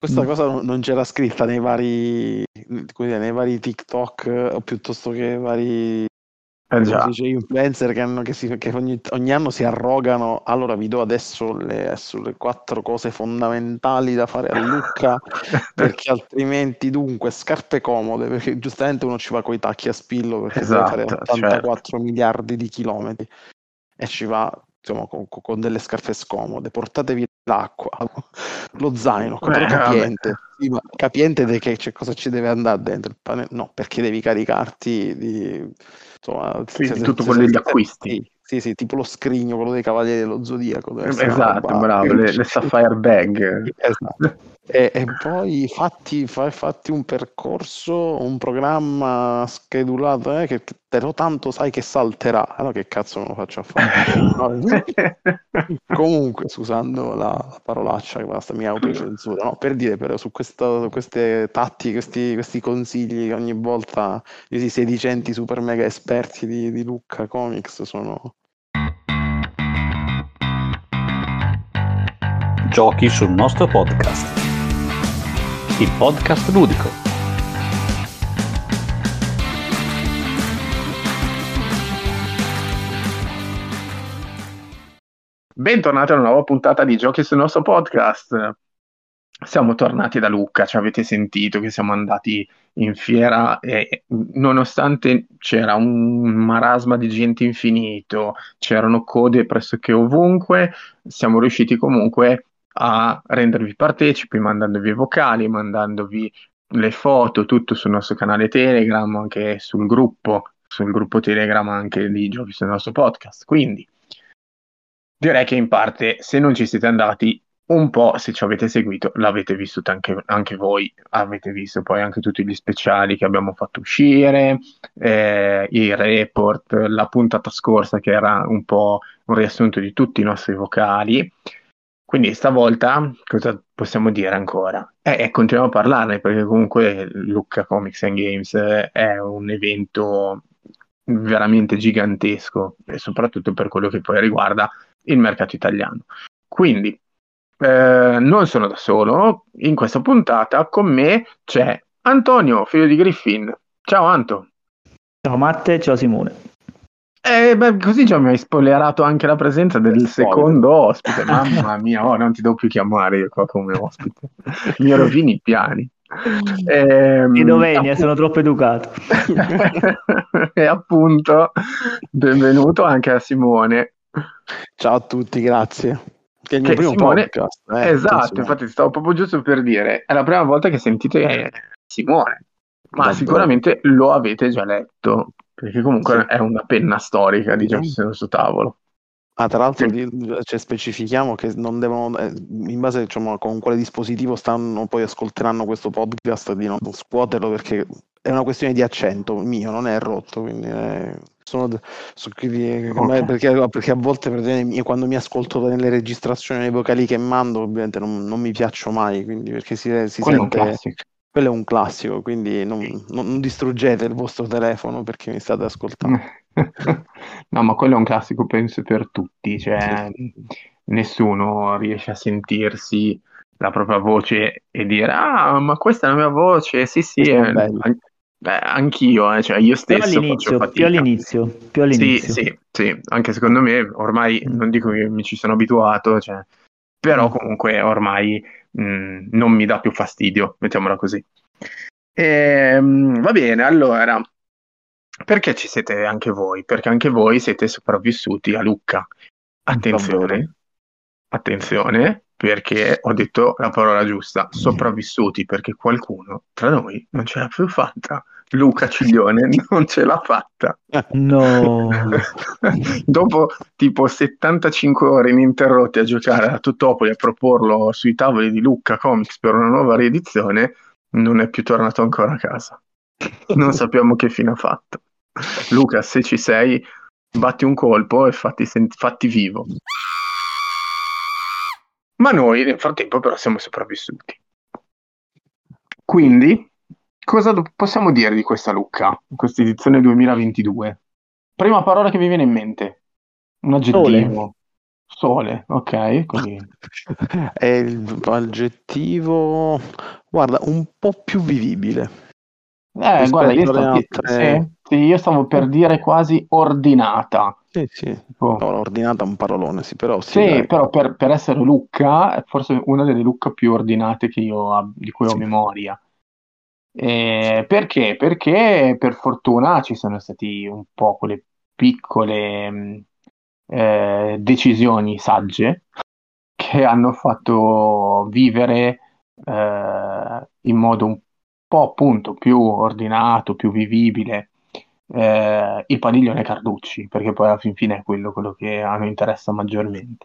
Questa cosa non c'era scritta nei vari TikTok o piuttosto che vari come si Già. dice, influencer che ogni anno si arrogano. Allora vi do adesso le 4 cose fondamentali da fare a Lucca, perché altrimenti, dunque, scarpe comode, perché giustamente uno ci va coi tacchi a spillo perché deve fare Esatto, certo. 84 miliardi di chilometri e ci va, insomma, con delle scarpe scomode. Portatevi l'acqua, lo zaino, però Vabbè. capiente. Sì, ma capiente di che cosa ci deve andare dentro il pane? No, perché devi caricarti insomma, Sì, di tutto quello degli acquisti. sì, tipo lo scrigno, quello dei Cavalieri dello Zodiaco, deve essere una Esatto, roba. bravo, le Sapphire Bag. Esatto. E poi fatti un percorso, un programma schedulato, che però tanto sai che salterà. Allora che cazzo me lo faccio a fare? No. Comunque, scusando la parolaccia, che basta, mi autocensuro, no? Per dire però su queste tattiche, questi consigli che ogni volta questi sedicenti super mega esperti di Lucca Comics sono. Giochi sul nostro podcast. Il podcast ludico. Bentornati a una nuova puntata di Giochi sul nostro podcast. Siamo tornati da Lucca, ci avete sentito che siamo andati in fiera e nonostante c'era un marasma di gente infinito, c'erano code pressoché ovunque, siamo riusciti comunque a rendervi partecipi, mandandovi vocali, mandandovi le foto, tutto sul nostro canale Telegram, anche sul gruppo Telegram anche di Giochi sul nostro podcast. Quindi direi che in parte, se non ci siete andati, un po', se ci avete seguito, l'avete vissuto anche voi, avete visto poi anche tutti gli speciali che abbiamo fatto uscire, i report, la puntata scorsa che era un po' un riassunto di tutti i nostri vocali. Quindi stavolta cosa possiamo dire ancora? Continuiamo a parlarne perché comunque Lucca Comics and Games è un evento veramente gigantesco e soprattutto per quello che poi riguarda il mercato italiano. Quindi non sono da solo, in questa puntata con me c'è Antonio, figlio di Griffin. Ciao Anto. Ciao Matte, ciao Simone. Così già mi hai spoilerato anche la presenza del Spoiler. secondo ospite. Mamma mia, non ti devo più chiamare io qua come ospite. Mi rovini i piani. Di Dovenia, sono troppo educato. E appunto, benvenuto anche a Simone. Ciao a tutti, grazie. Che è il mio Che primo Simone, podcast. esatto, Attenzione. infatti stavo proprio giusto per dire, è la prima volta che sentite Simone, ma Davvero. sicuramente lo avete già letto, perché comunque Sì. è una penna storica di Giochi sul nostro tavolo. Tra l'altro Sì. specifichiamo che non devono, in base diciamo, con quale dispositivo poi ascolteranno questo podcast, di non scuoterlo perché è una questione di accento mio, non è rotto, quindi Ok. perché a volte io quando mi ascolto nelle registrazioni nei vocali che mando ovviamente non mi piaccio mai, quindi perché si Quello è un sente. classico. Quello è un classico, quindi non distruggete il vostro telefono perché mi state ascoltando. No, ma quello è un classico, penso, per tutti, Sì, cioè sì, sì. nessuno riesce a sentirsi la propria voce e dire, ah, ma questa è la mia voce, sì, sì, Questa è bella. anch'io, cioè io Però stesso faccio all'inizio, più fatica. all'inizio, più Sì, all'inizio. sì, sì, anche secondo me ormai Mm. non dico che mi ci sono abituato, cioè, però Mm. comunque ormai non mi dà più fastidio, mettiamola così. Va bene, allora, perché ci siete anche voi? Perché anche voi siete sopravvissuti a Lucca. Davvero. Attenzione, attenzione, perché ho detto la parola giusta, sopravvissuti, perché qualcuno tra noi non ce l'ha più fatta. Luca Ciglione non ce l'ha fatta. No. Dopo tipo 75 ore ininterrotte a giocare a Totopoli e a proporlo sui tavoli di Lucca Comics per una nuova riedizione, non è più tornato ancora a casa. Non sappiamo che fine ha fatto. Luca, se ci sei, batti un colpo e fatti vivo. Ma noi nel frattempo però siamo sopravvissuti. Quindi, cosa possiamo dire di questa Lucca, questa edizione 2022? Prima parola che mi viene in mente, un Sole. aggettivo. Sole, ok, quindi È l'aggettivo, guarda, un po' più vivibile guarda, rispetto alle altre. io stavo per dire quasi ordinata. Sì, sì. Tipo, No, ordinata è un parolone, sì, però sì, sì, dai. però per essere Lucca è forse una delle Lucca più ordinate che di cui ho Sì, memoria. sì. Perché? Perché per fortuna ci sono stati un po' quelle piccole decisioni sagge che hanno fatto vivere in modo un po' appunto più ordinato, più vivibile il padiglione Carducci, perché poi alla fin fine è quello che a noi interessa maggiormente.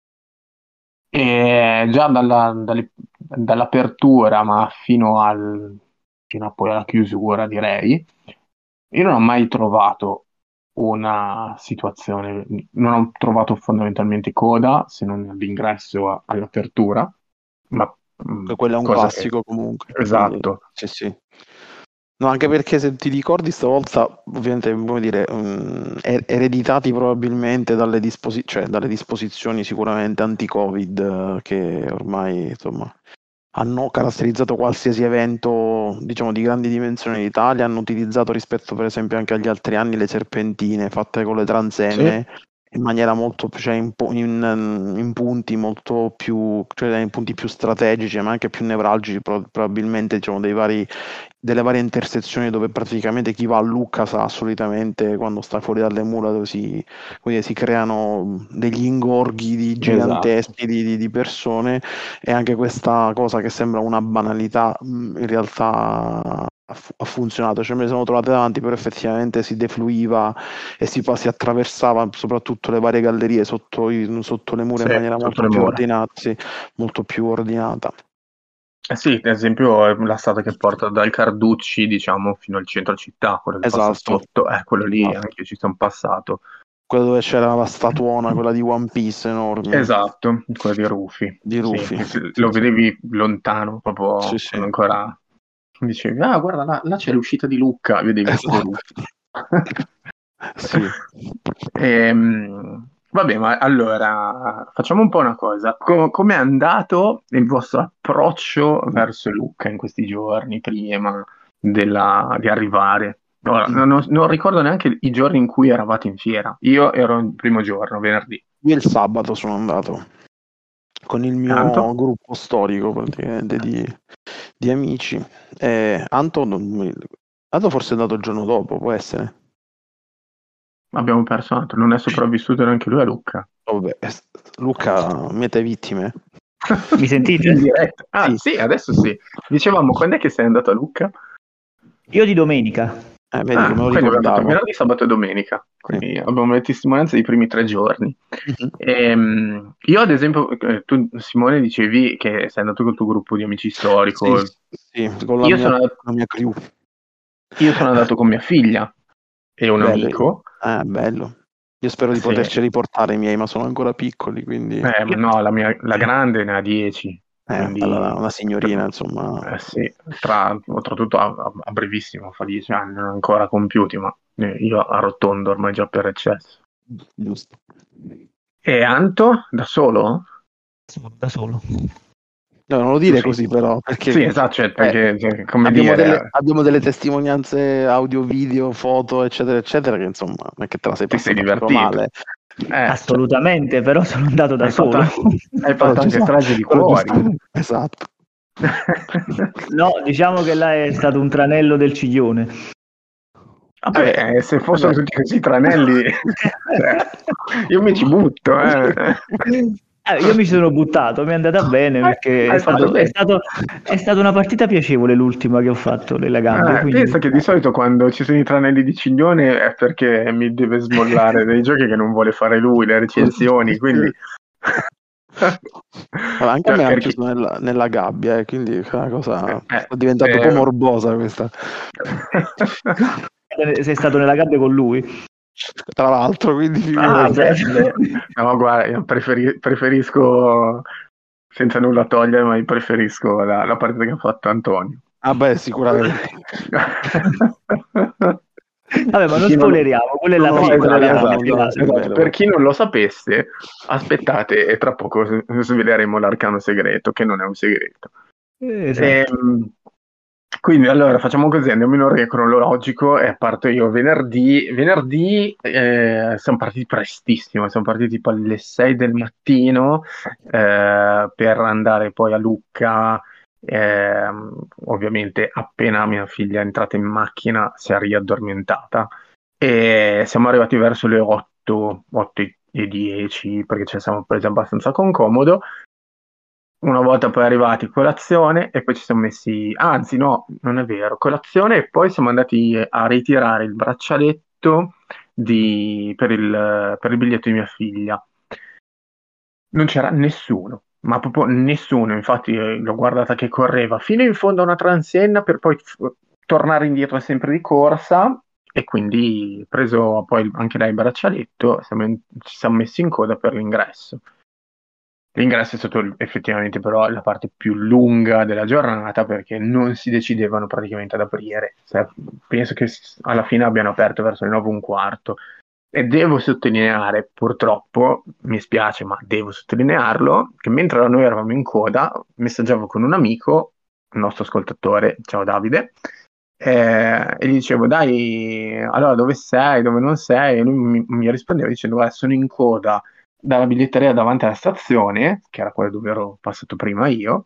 E già dall'apertura, ma fino a poi alla chiusura, direi, io non ho mai trovato una situazione, non ho trovato fondamentalmente coda se non all'ingresso all'apertura, ma Quello è un cosa che... classico comunque, quindi Esatto, sì, sì. No, anche perché se ti ricordi stavolta, ovviamente, come dire, ereditati probabilmente cioè, dalle disposizioni sicuramente anti-Covid che ormai, insomma, hanno caratterizzato qualsiasi evento, diciamo, di grandi dimensioni in Italia, hanno utilizzato rispetto per esempio anche agli altri anni le serpentine fatte con le sì, transenne in maniera molto, cioè in punti molto più, cioè in punti più strategici, ma anche più nevralgici, probabilmente, diciamo, delle varie intersezioni dove praticamente chi va a Lucca sa solitamente quando sta fuori dalle mura dove si creano degli ingorghi esatto, giganteschi di persone, e anche questa cosa che sembra una banalità, in realtà ha funzionato, cioè me le sono trovate davanti, però effettivamente si defluiva e si attraversava soprattutto le varie gallerie sotto le mura in sì, maniera sotto molto le più mura. ordinata, sì, molto più ordinata. Eh sì, ad esempio è la strada che porta dal Carducci, diciamo, fino al centro città, quello che passa Esatto, sotto, quello lì esatto. anche io ci sono passato. Quello dove c'era la statuona, quella di One Piece enorme, Esatto, quello di Rufy. di Sì, Rufy. che Sì, lo sì, vedevi lontano, sì, proprio sì. quando ancora dicevi, ah, guarda, là c'è l'uscita di Lucca, vedevi solo Esatto. Rufy. Sì. Vabbè, ma allora facciamo un po' una cosa. Com'è andato il vostro approccio verso Lucca in questi giorni prima di arrivare? Ora, Mm. non ricordo neanche i giorni in cui eravate in fiera. Io ero il primo giorno, venerdì. Io il sabato sono andato con il mio Tanto? gruppo storico praticamente di amici. Anto forse è andato il giorno dopo, può essere. Abbiamo perso un altro, non è sopravvissuto neanche lui a Lucca. Oh, vabbè, Luca, miete vittime? Mi sentite? In diretta. Ah, Sì. sì, adesso sì. Dicevamo, quando è che sei andato a Lucca? Io di domenica. Vedi che me Ah, lo quindi abbiamo fatto ricordavo. venerdì, sabato e domenica. Sì. Quindi abbiamo le testimonianze dei primi 3 giorni. Mhm. Io, ad esempio, tu, Simone, dicevi che sei andato col tuo gruppo di amici Sì, storico. sì, con Io sono, la mia crew. io sono andato con mia figlia e un Bello. amico. Bello. Io spero di Sì. poterci riportare i miei, ma sono ancora piccoli, quindi Ma Io- no, la grande ne ha 10. allora, Quindi, una signorina, insomma. sì, oltretutto a brevissimo, fa 10 anni, non ancora compiuti, ma io arrotondo ormai già per eccesso. Giusto. E Anto, da solo? Da solo. No, non lo Tu dire sei... così però, perché Sì, esatto, cioè, perché, cioè, come abbiamo dire, abbiamo delle testimonianze audio, video, foto, eccetera, eccetera, che insomma non è che te la sei ti sei passata proprio divertito. male. Cioè, Assolutamente, però sono andato da Hai fatto, solo. hai però fatto anche strage di cuori. esatto. No, diciamo che là è stato un tranello del ciglione. Vabbè, se Vabbè. fossero tutti così tranelli, cioè, io mi ci butto. Io mi sono buttato, mi è andata bene perché Hai fatto bene. è stata una partita piacevole l'ultima che ho fatto nella gabbia. Quindi... Pensa che di solito quando ci sono i tranelli di Ciglione è perché mi deve smollare dei giochi che non vuole fare lui, le recensioni, quindi... Allora, anche a Cioè, me hanno per chi... chiuso nella gabbia, quindi è una cosa eh, sta diventando un po' eh, morbosa questa. Sei stato nella gabbia con lui. Tra l'altro, quindi Ah, figurati. beh. No, guarda, io preferisco, senza nulla togliere, ma io preferisco la partita che ha fatto Antonio. Ah beh, sicuramente. Vabbè, ma non spoileriamo, quella è la No, fine. esatto, Quella è la esatto, fine. esatto. Vero. Per chi non lo sapesse, aspettate e tra poco sveleremo l'arcano segreto, che non è un segreto. Esatto. Quindi allora facciamo così, andiamo in ordine cronologico e parto io venerdì. Venerdì siamo partiti prestissimo, siamo partiti tipo alle 6 del mattino per andare poi a Lucca. Ovviamente appena mia figlia è entrata in macchina si è riaddormentata e siamo arrivati verso le 8, 8:10 perché ci siamo presi abbastanza con comodo. Una volta poi arrivati colazione e poi ci siamo messi, anzi no, non è vero, colazione e poi siamo andati a ritirare il braccialetto per il biglietto di mia figlia. Non c'era nessuno, ma proprio nessuno, infatti l'ho guardata che correva fino in fondo a una transenna per poi tornare indietro sempre di corsa e quindi preso poi anche lei il braccialetto, ci siamo messi in coda per l'ingresso. L'ingresso è stato effettivamente però la parte più lunga della giornata perché non si decidevano praticamente ad aprire. Penso che alla fine abbiano aperto verso le 9:15. E devo sottolineare, purtroppo, mi spiace, ma devo sottolinearlo, che mentre noi eravamo in coda, messaggiavo con un amico, il nostro ascoltatore, ciao Davide, e gli dicevo, dai, allora dove sei, dove non sei? E lui mi rispondeva dicendo, sono in coda dalla biglietteria davanti alla stazione, che era quella dove ero passato prima io,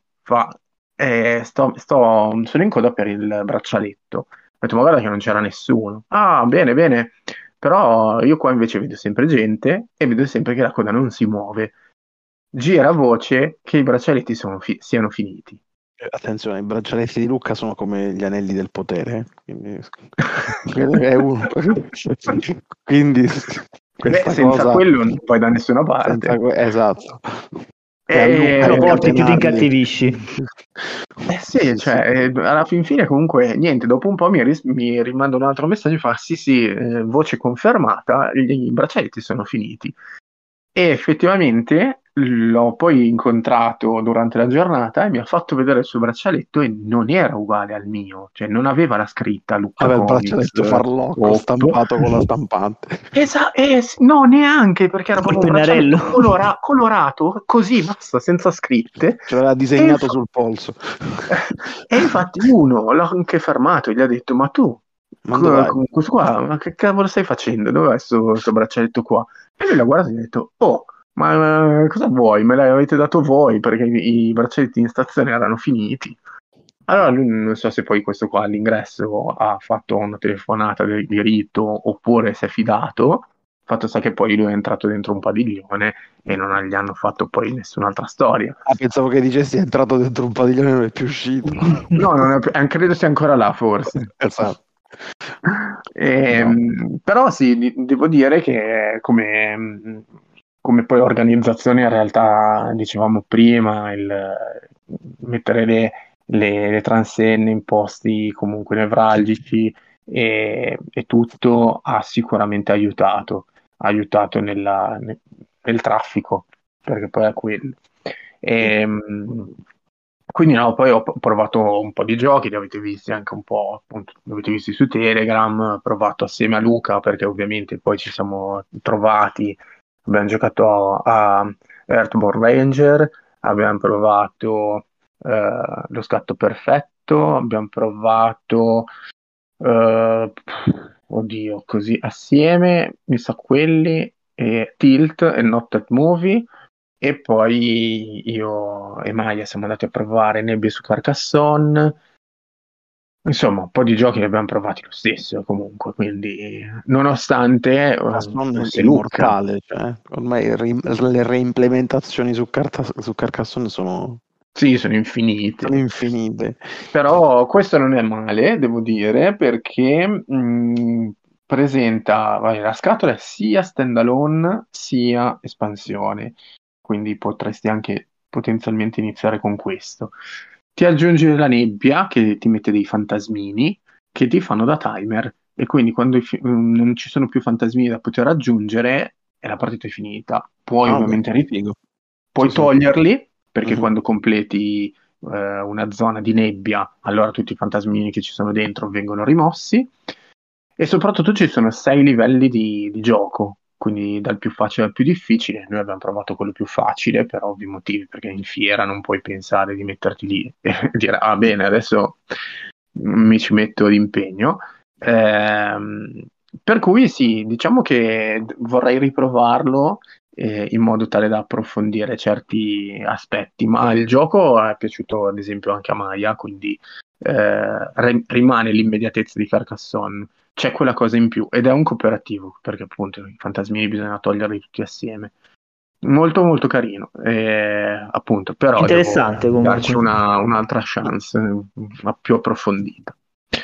sono in coda per il braccialetto. Ho detto, ma guarda che non c'era nessuno. Ah, bene, bene. Però io qua invece vedo sempre gente e vedo sempre che la coda non si muove. Gira voce che i braccialetti siano finiti. Attenzione, i braccialetti di Lucca sono come gli anelli del potere, quindi è uno. Quindi questa senza cosa quello non vai da nessuna parte. esatto. Lo porti più ti incatenarli. incattivisci. Sì, cioè, alla fin fine comunque niente, dopo un po' mi rimanda un altro messaggio e fa sì, voce confermata, i braccialetti sono finiti. E effettivamente l'ho poi incontrato durante la giornata e mi ha fatto vedere il suo braccialetto e non era uguale al mio, cioè non aveva la scritta Lucca Aveva il Comics braccialetto farlocco Op. stampato con la stampante. No, neanche perché era Col proprio un braccialetto pennarello. colorato, così, basta, senza scritte. Ce l'aveva E, disegnato inf- sul polso. e infatti uno l'ha anche fermato e gli ha detto, ma tu, Ma dove vai? questo qua, ma che cavolo stai facendo? Dov'è questo braccialetto qua? E lui l'ha guardato e gli ha detto, oh, ma cosa vuoi? Me l'avete dato voi perché i braccialetti in stazione erano finiti. Allora lui non so se poi questo qua all'ingresso ha fatto una telefonata di rito oppure si è fidato. Fatto sta che poi lui è entrato dentro un padiglione e non gli hanno fatto poi nessun'altra storia. Ah, pensavo che dicessi è entrato dentro un padiglione e non è più uscito. No, non è credo sia ancora là forse. Esatto. No. Però sì, devo dire che come poi organizzazione in realtà dicevamo prima, il mettere le transenne in posti comunque nevralgici e tutto ha sicuramente ha aiutato nel traffico, perché poi è quello. Quindi no, poi ho provato un po' di giochi, li avete visti anche un po', appunto, li avete visti su Telegram, ho provato assieme a Luca perché ovviamente poi ci siamo trovati, abbiamo giocato a Earthborn Ranger, abbiamo provato lo scatto perfetto, abbiamo provato, eh, oddio, così assieme, mi sa quelli, e Tilt e Not That Movie. E poi io e Maya siamo andati a provare Nebbie su Carcassonne. Insomma, un po' di giochi li abbiamo provati lo stesso comunque, quindi nonostante Carcassonne è fosse Lucca. immortale, cioè, ormai le reimplementazioni su Carcassonne sono Sì, sono infinite. infinite. Però questo non è male, devo dire, perché presenta, la scatola è sia standalone sia espansione, quindi potresti anche potenzialmente iniziare con questo. Ti aggiunge la nebbia che ti mette dei fantasmini che ti fanno da timer e quindi quando non ci sono più fantasmini da poter aggiungere e la partita è finita. Puoi Ah, ok, ovviamente figo. puoi Sì, sì. toglierli perché Mhm. quando completi una zona di nebbia, allora tutti i fantasmini che ci sono dentro vengono rimossi. E soprattutto ci sono 6 livelli di gioco, quindi dal più facile al più difficile. Noi abbiamo provato quello più facile per ovvi motivi, perché in fiera non puoi pensare di metterti lì e dire, ah bene, adesso mi ci metto d'impegno. Ehm, per cui sì, diciamo che vorrei riprovarlo in modo tale da approfondire certi aspetti, ma il gioco è piaciuto ad esempio anche a Maya, quindi rimane l'immediatezza di Carcassonne. C'è quella cosa in più ed è un cooperativo, perché appunto i fantasmini bisogna toglierli tutti assieme. Molto molto carino, appunto, però devo Interessante darci comunque. un'altra chance, più approfondita.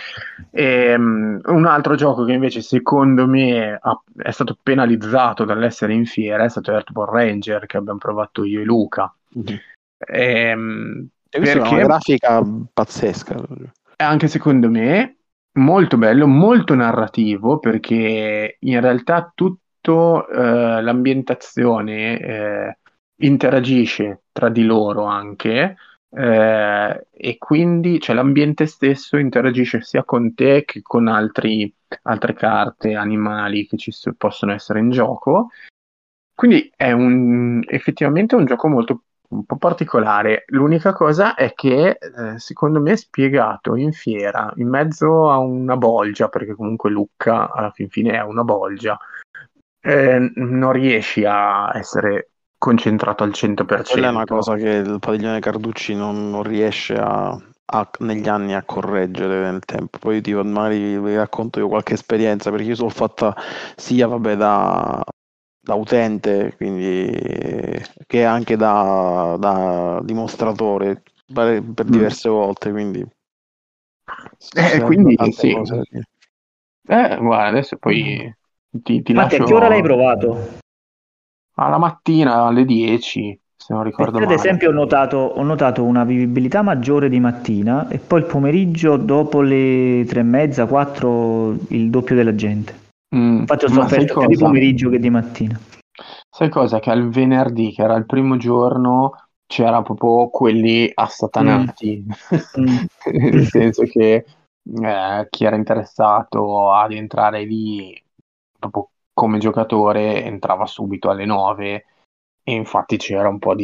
Un altro gioco che invece secondo me è stato penalizzato dall'essere in fiera è stato Earthborn Ranger, che abbiamo provato io e Luca. Mhm. E questa è una Perché grafica pazzesca. anche secondo me molto bello, molto narrativo, perché in realtà tutto l'ambientazione interagisce tra di loro anche, e quindi cioè, l'ambiente stesso interagisce sia con te che con altre carte, animali che possono essere in gioco. Quindi è effettivamente un gioco molto un po' particolare. L'unica cosa è che secondo me è spiegato in fiera, in mezzo a una bolgia, perché comunque Lucca alla fin fine è una bolgia, non riesci a essere concentrato al Quella è una 100%. cosa che il padiglione Carducci non riesce negli anni a correggere nel tempo. Poi magari vi racconto io qualche esperienza, perché io sono fatta sia vabbè, da utente, quindi che anche da dimostratore per Mm. diverse volte, quindi c'è Quindi tante sì. cose da dire. Guarda, adesso poi ti Matti, a che ora l'hai lascio provato? alla mattina alle 10, se non ricordo Perché ad male. esempio ho notato una vivibilità maggiore di mattina e poi il pomeriggio dopo le 3:30, 4 il doppio della gente. Infatti ho Ma sai sofferto più di cosa? pomeriggio che di mattina. Sai cosa? Che al venerdì, che era il primo giorno, c'era proprio quelli Mm, assatanati, mm. nel senso che chi era interessato ad entrare lì proprio come giocatore entrava subito alle 9 e infatti c'era un po'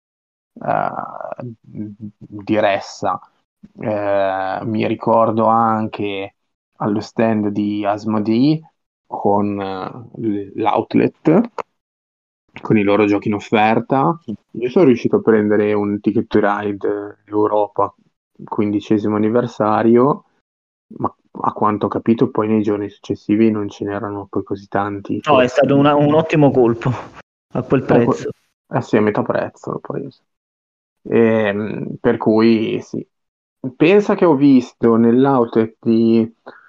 di ressa. Mi ricordo anche allo stand di Asmodee con l'outlet con i loro giochi in offerta. Io sono riuscito a prendere un Ticket to Ride Europa 15° anniversario, ma a quanto ho capito poi nei giorni successivi non ce n'erano poi così tanti, No, è forse. stato un ottimo colpo a quel Ecco, prezzo. sì, a metà prezzo l'ho preso. Per cui sì. Pensa che ho visto nell'outlet di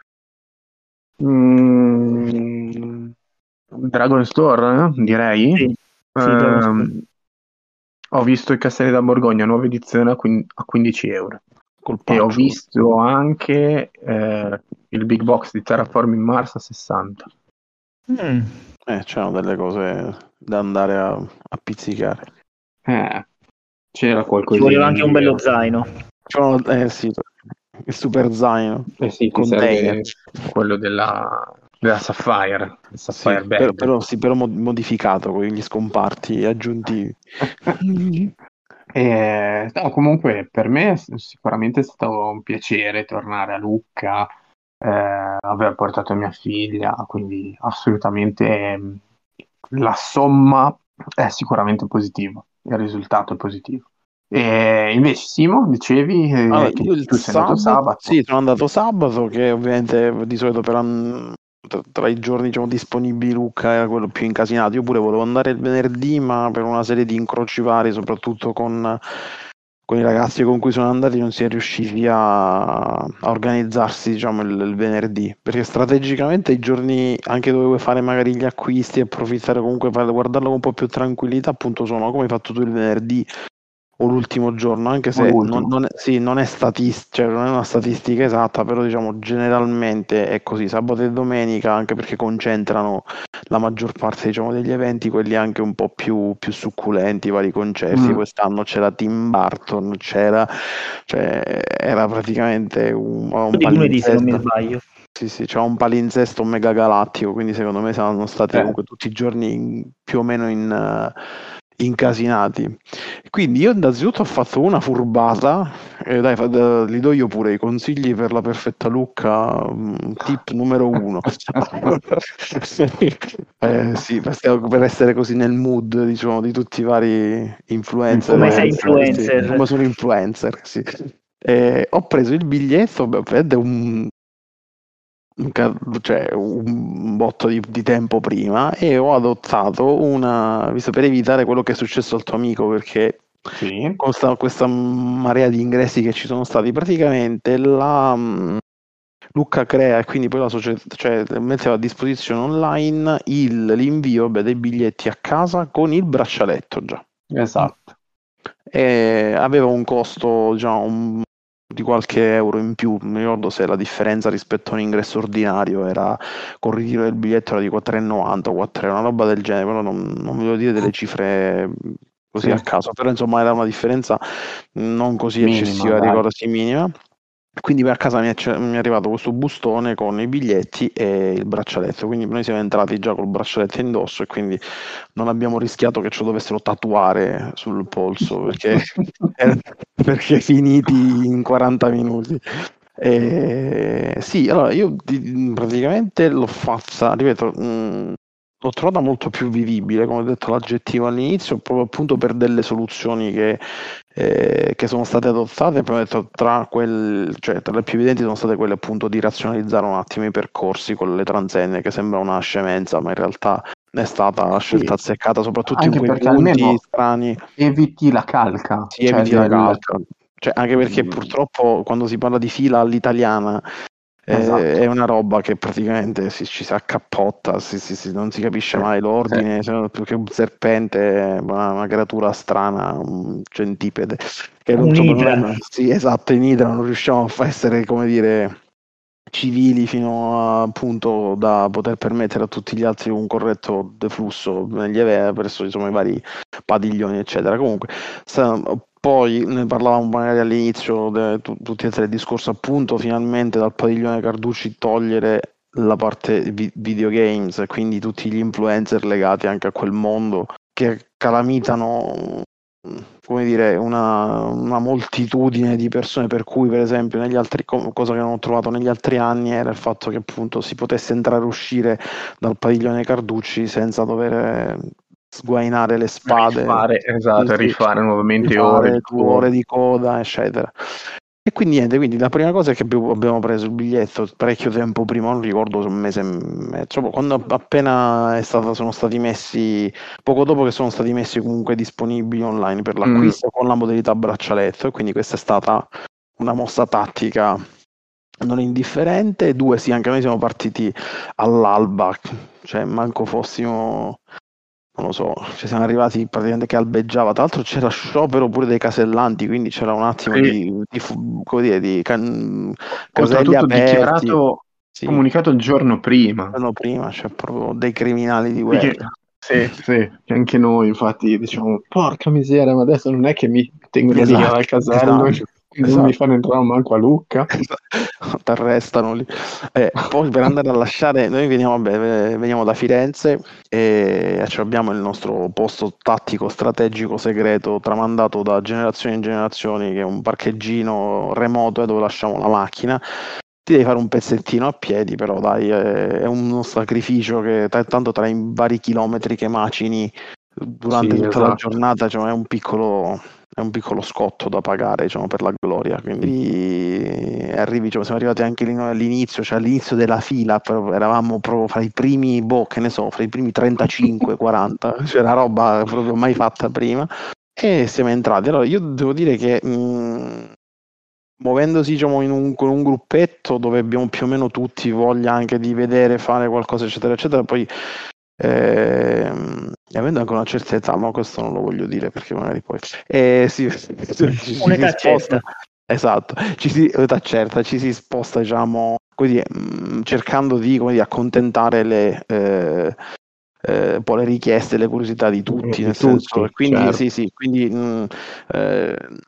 mm, Dragon Store, direi. Sì, sì, Ehm, Ho visto i Castelli da Borgogna, nuova edizione a 15 euro. Col E ho patch. visto anche il Big Box di Terraforming Mars a 60. Mm. C'erano delle cose da andare a pizzicare. Eh, c'era Ci voleva qualcosina in anche un bello giro. zaino. Sì, il super zaino, Eh sì, ti container. serve quello della Sapphire, il Sì, Sapphire Bag. però modificato con gli scomparti aggiuntivi. No, comunque per me sicuramente è stato un piacere tornare a Lucca, aver portato mia figlia, quindi assolutamente la somma è sicuramente positiva, il risultato è positivo. E invece Simo, dicevi Allora, che io il tu sei andato sabato, sabato. sì, sono andato sabato, che ovviamente di solito tra i giorni diciamo, disponibili Lucca era quello più incasinato. Io pure volevo andare il venerdì, ma per una serie di incroci vari, soprattutto con i ragazzi con cui sono andati, non si è riusciti a organizzarsi, diciamo, il venerdì. Perché strategicamente i giorni anche dove vuoi fare magari gli acquisti e approfittare comunque, guardarlo con un po' più tranquillità, appunto sono come hai fatto tu il venerdì o l'ultimo giorno, anche O se l'ultimo. sì, non è cioè, non è una statistica esatta, però diciamo generalmente è così, sabato e domenica, anche perché concentrano la maggior parte diciamo, degli eventi, quelli anche un po' più succulenti, i vari concerti. Mm. Quest'anno c'era Tim Burton, cioè era praticamente un Di lunedì, se non mi palinsesto. sbaglio. Sì, c'è un palinsesto mega galattico, quindi secondo me saranno stati comunque tutti i giorni più o meno incasinati. Quindi io innanzitutto ho fatto una furbata, e dai, li do io pure i consigli per la perfetta Lucca, tip numero 1. Sì, per essere così nel mood, diciamo, di tutti i vari influencer. Come sei Sì, influencer? come sono influencer, sì. Ho preso il biglietto, ed è cioè un botto di tempo prima, e ho adottato visto per evitare quello che è successo al tuo amico, perché Sì. con questa marea di ingressi che ci sono stati, praticamente Lucca crea, e quindi poi la società, cioè, metteva a disposizione online l'invio dei biglietti a casa con il braccialetto già. Esatto. E aveva un costo, diciamo, di qualche euro in più. Non mi ricordo se la differenza rispetto a un ingresso ordinario era, con il ritiro del biglietto, era di 4,90 o 4 euro, una roba del genere, però non voglio dire delle cifre così Sì. a caso, però insomma era una differenza non così Minima, eccessiva, dai. ricordo, sì, minima. Quindi poi a casa mi è arrivato questo bustone con i biglietti e il braccialetto, quindi noi siamo entrati già col braccialetto indosso, e quindi non abbiamo rischiato che ce lo dovessero tatuare sul polso, perché finiti in 40 minuti. Sì, allora io praticamente l'ho fatta, ripeto, l'ho trovata molto più vivibile, come ho detto l'aggettivo all'inizio, proprio appunto per delle soluzioni che sono state adottate. Poi ho detto, cioè, tra le più evidenti sono state quelle appunto di razionalizzare un attimo i percorsi con le transenne, che sembra una scemenza, ma in realtà è stata la scelta azzeccata, soprattutto in Anche quei perché punti almeno strani. eviti la calca, Si cioè eviti la calca, cioè, anche perché Mm, purtroppo quando si parla di fila all'italiana esatto. è una roba che praticamente ci si accappotta, non si capisce mai Sì. l'ordine, più che un serpente, una creatura strana, un centipede, che sì, esatto, in idra non riusciamo a essere, come dire, civili fino a, appunto, da poter permettere a tutti gli altri un corretto deflusso negli eventi, presso, insomma, i vari padiglioni, eccetera. Comunque, poi ne parlavamo magari all'inizio, tutti e tre, il discorso, appunto, finalmente dal padiglione Carducci togliere la parte videogames, quindi tutti gli influencer legati anche a quel mondo che calamitano, come dire, una moltitudine di persone, per cui per esempio negli altri, cosa che non ho trovato negli altri anni, era il fatto che appunto si potesse entrare e uscire dal padiglione Carducci senza dover sguainare le spade, Rifare nuovamente ore rifare di 2 ore coda. di coda, eccetera. E quindi niente, quindi la prima cosa è che abbiamo preso il biglietto parecchio tempo prima, non ricordo se un mese e mezzo, quando appena sono stati messi, poco dopo che sono stati messi comunque disponibili online per l'acquisto con la modalità braccialetto, e quindi questa è stata una mossa tattica non indifferente. 2, sì, anche noi siamo partiti all'alba, cioè manco fossimo, non lo so, ci siamo arrivati praticamente che albeggiava. Tra l'altro c'era sciopero pure dei casellanti, quindi c'era un attimo come dire, di caselli Oltretutto aperti. Sì, comunicato il giorno prima. l'anno prima c'è proprio dei criminali di Perché, guerra. sì, che anche noi infatti diciamo, porca miseria, ma adesso non è che mi tengono via dal casello, non mi fanno entrare manco a Lucca. Ti arrestano lì. Poi per andare a lasciare, noi veniamo da Firenze e abbiamo il nostro posto tattico strategico segreto tramandato da generazioni in generazioni, che è un parcheggino remoto dove lasciamo la macchina. Ti devi fare un pezzettino a piedi, però dai, è uno sacrificio che tanto tra i vari chilometri che macini durante Sì, tutta la esatto. giornata, cioè, è un piccolo scotto da pagare, diciamo, per la gloria. Quindi arrivi, siamo arrivati anche lì noi all'inizio, cioè all'inizio della fila, eravamo proprio fra i primi, che ne so, fra i primi 35-40, cioè una roba proprio mai fatta prima, e siamo entrati. Allora io devo dire che muovendosi, diciamo, con un gruppetto dove abbiamo più o meno tutti voglia anche di vedere, fare qualcosa, eccetera, eccetera, poi avendo anche una certa età, ma questo non lo voglio dire perché magari poi ci si sposta, esatto, età certa, ci si sposta, diciamo, così, cercando di, come dire, accontentare poi le richieste e le curiosità di tutti, nel senso, quindi certo. sì, quindi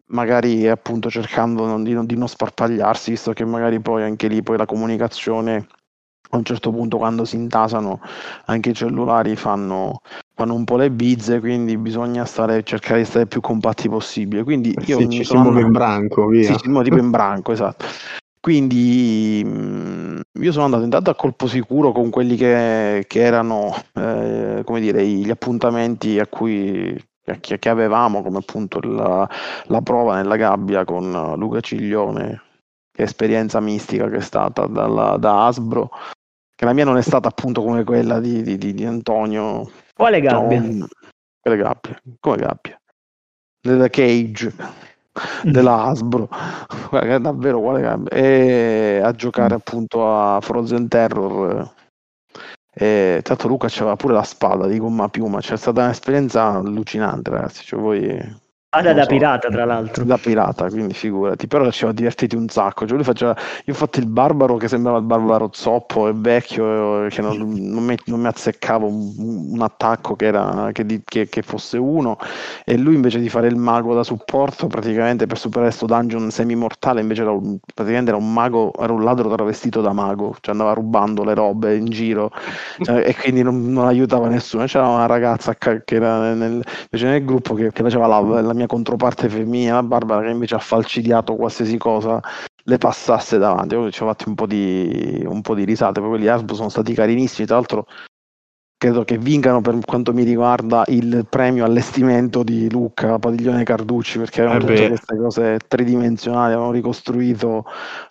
magari appunto cercando di non sparpagliarsi, visto che magari poi anche lì poi la comunicazione a un certo punto, quando si intasano anche i cellulari fanno un po' le bizze, quindi bisogna cercare di stare più compatti possibile. Quindi io Sì, ci si muove in branco, via. Sì, si muove tipo in branco, esatto. Quindi io sono andato intanto a colpo sicuro con quelli che erano come dire, gli appuntamenti che avevamo, come appunto la prova nella gabbia con Luca Ciglione, che esperienza mistica che è stata da Hasbro, che la mia non è stata appunto come quella di Antonio. Quale gabbia? Quelle gabbie, come gabbia? Della Cage, della Hasbro, davvero quale gabbia? E a giocare appunto a Frozen Terror. E tanto Luca c'aveva pure la spada di gomma piuma, c'è stata un'esperienza allucinante, ragazzi. Cioè, voi Da pirata, tra l'altro. Da pirata, quindi figurati. Però ci ho divertiti un sacco. Cioè, io ho fatto il barbaro che sembrava il barbaro zoppo e vecchio, che non mi azzeccavo un attacco che fosse uno. E lui, invece di fare il mago da supporto, praticamente per superare questo dungeon semi-mortale, invece praticamente era un mago, era un ladro travestito da mago, cioè andava rubando le robe in giro, cioè, e quindi non aiutava nessuno. C'era una ragazza che era invece nel gruppo che faceva la mia controparte femminile, la Barbara, che invece ha falcidiato qualsiasi cosa le passasse davanti. Poi ci ho fatti un po' di risate. Poi quelli Hasbro sono stati carinissimi. Tra l'altro credo che vincano, per quanto mi riguarda, il premio allestimento di Lucca Padiglione Carducci, perché avevano tutte queste cose tridimensionali. Avevano ricostruito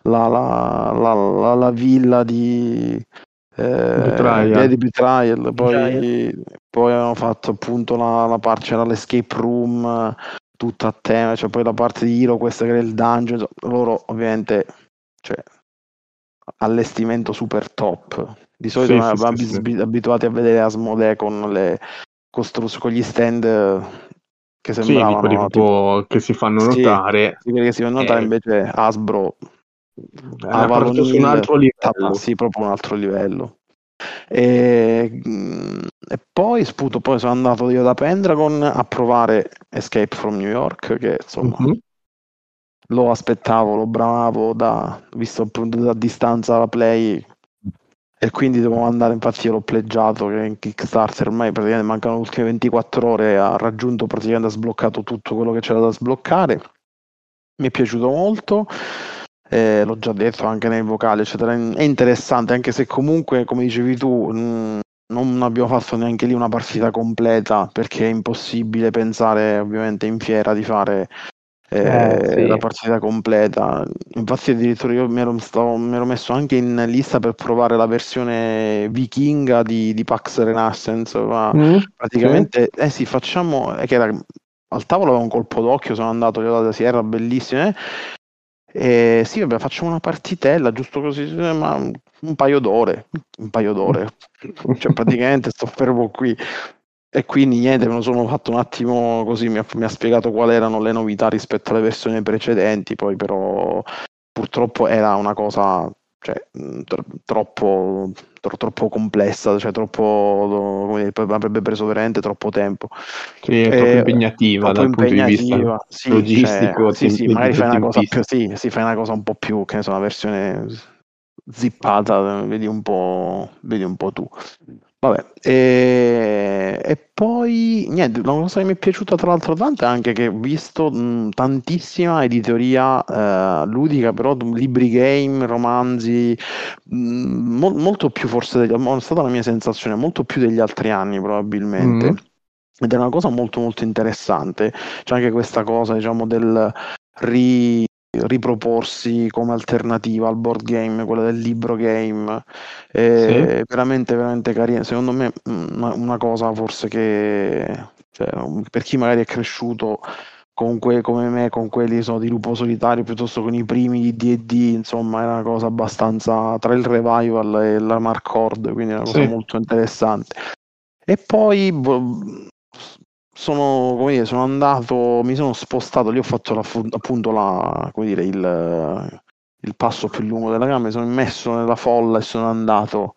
la villa di Betrayal, poi avevano fatto appunto la parte, c'era l'escape room tutta a tema, cioè poi la parte di Hiro, questa che era il dungeon, loro ovviamente, cioè, allestimento super top. Di solito abituati a vedere Asmodee con con gli stand che sembravano quelli proprio che si fanno notare. Sì, quelli che si fanno notare, invece Hasbro Avalon Hill, su un altro livello. Sì, proprio un altro livello. E poi sono andato io da Pendragon a provare Escape from New York, che insomma lo aspettavo, lo bramavo visto appunto da distanza la play, e quindi dovevo andare. Infatti io l'ho pleggiato, che in Kickstarter ormai praticamente mancano le ultime 24 ore, ha raggiunto praticamente, ha sbloccato tutto quello che c'era da sbloccare. Mi è piaciuto molto. L'ho già detto anche nei vocali, eccetera. È interessante, anche se comunque, come dicevi tu, non abbiamo fatto neanche lì una partita completa, perché è impossibile pensare ovviamente in fiera di fare la partita completa. Infatti addirittura io mi ero messo anche in lista per provare la versione vichinga di Pax Renaissance, ma praticamente facciamo, che era al tavolo, aveva un colpo d'occhio, sono andato, gli ho dato da Sierra, bellissime. Sì, vabbè, facciamo una partitella, giusto così, ma un paio d'ore. Cioè praticamente sto fermo qui. E quindi niente, me lo sono fatto un attimo così, mi ha spiegato quali erano le novità rispetto alle versioni precedenti, poi però purtroppo era una cosa, cioè, troppo complessa, cioè troppo, come dire, avrebbe preso veramente troppo tempo. Sì, è troppo impegnativa dal punto di vista logistico. Sì, magari fai una cosa più, fai una cosa un po' più, che ne so, una versione zippata, vedi un po' tu. Vabbè, e poi niente, una cosa che mi è piaciuta tra l'altro tanto è anche che ho visto tantissima editoria ludica, però libri game, romanzi, molto più forse, è stata la mia sensazione, molto più degli altri anni probabilmente. Ed è una cosa molto molto interessante. C'è anche questa cosa, diciamo, del riproporsi come alternativa al board game, quella del libro game, veramente veramente carina. Secondo me una cosa forse che, cioè, per chi magari è cresciuto come me, con quelli di Lupo Solitario, piuttosto con i primi di D&D, insomma era una cosa abbastanza tra il revival e la Mark Horde, quindi è una cosa molto interessante. E poi sono andato, mi sono spostato, lì ho fatto appunto il passo più lungo della gamma, mi sono immesso nella folla e sono andato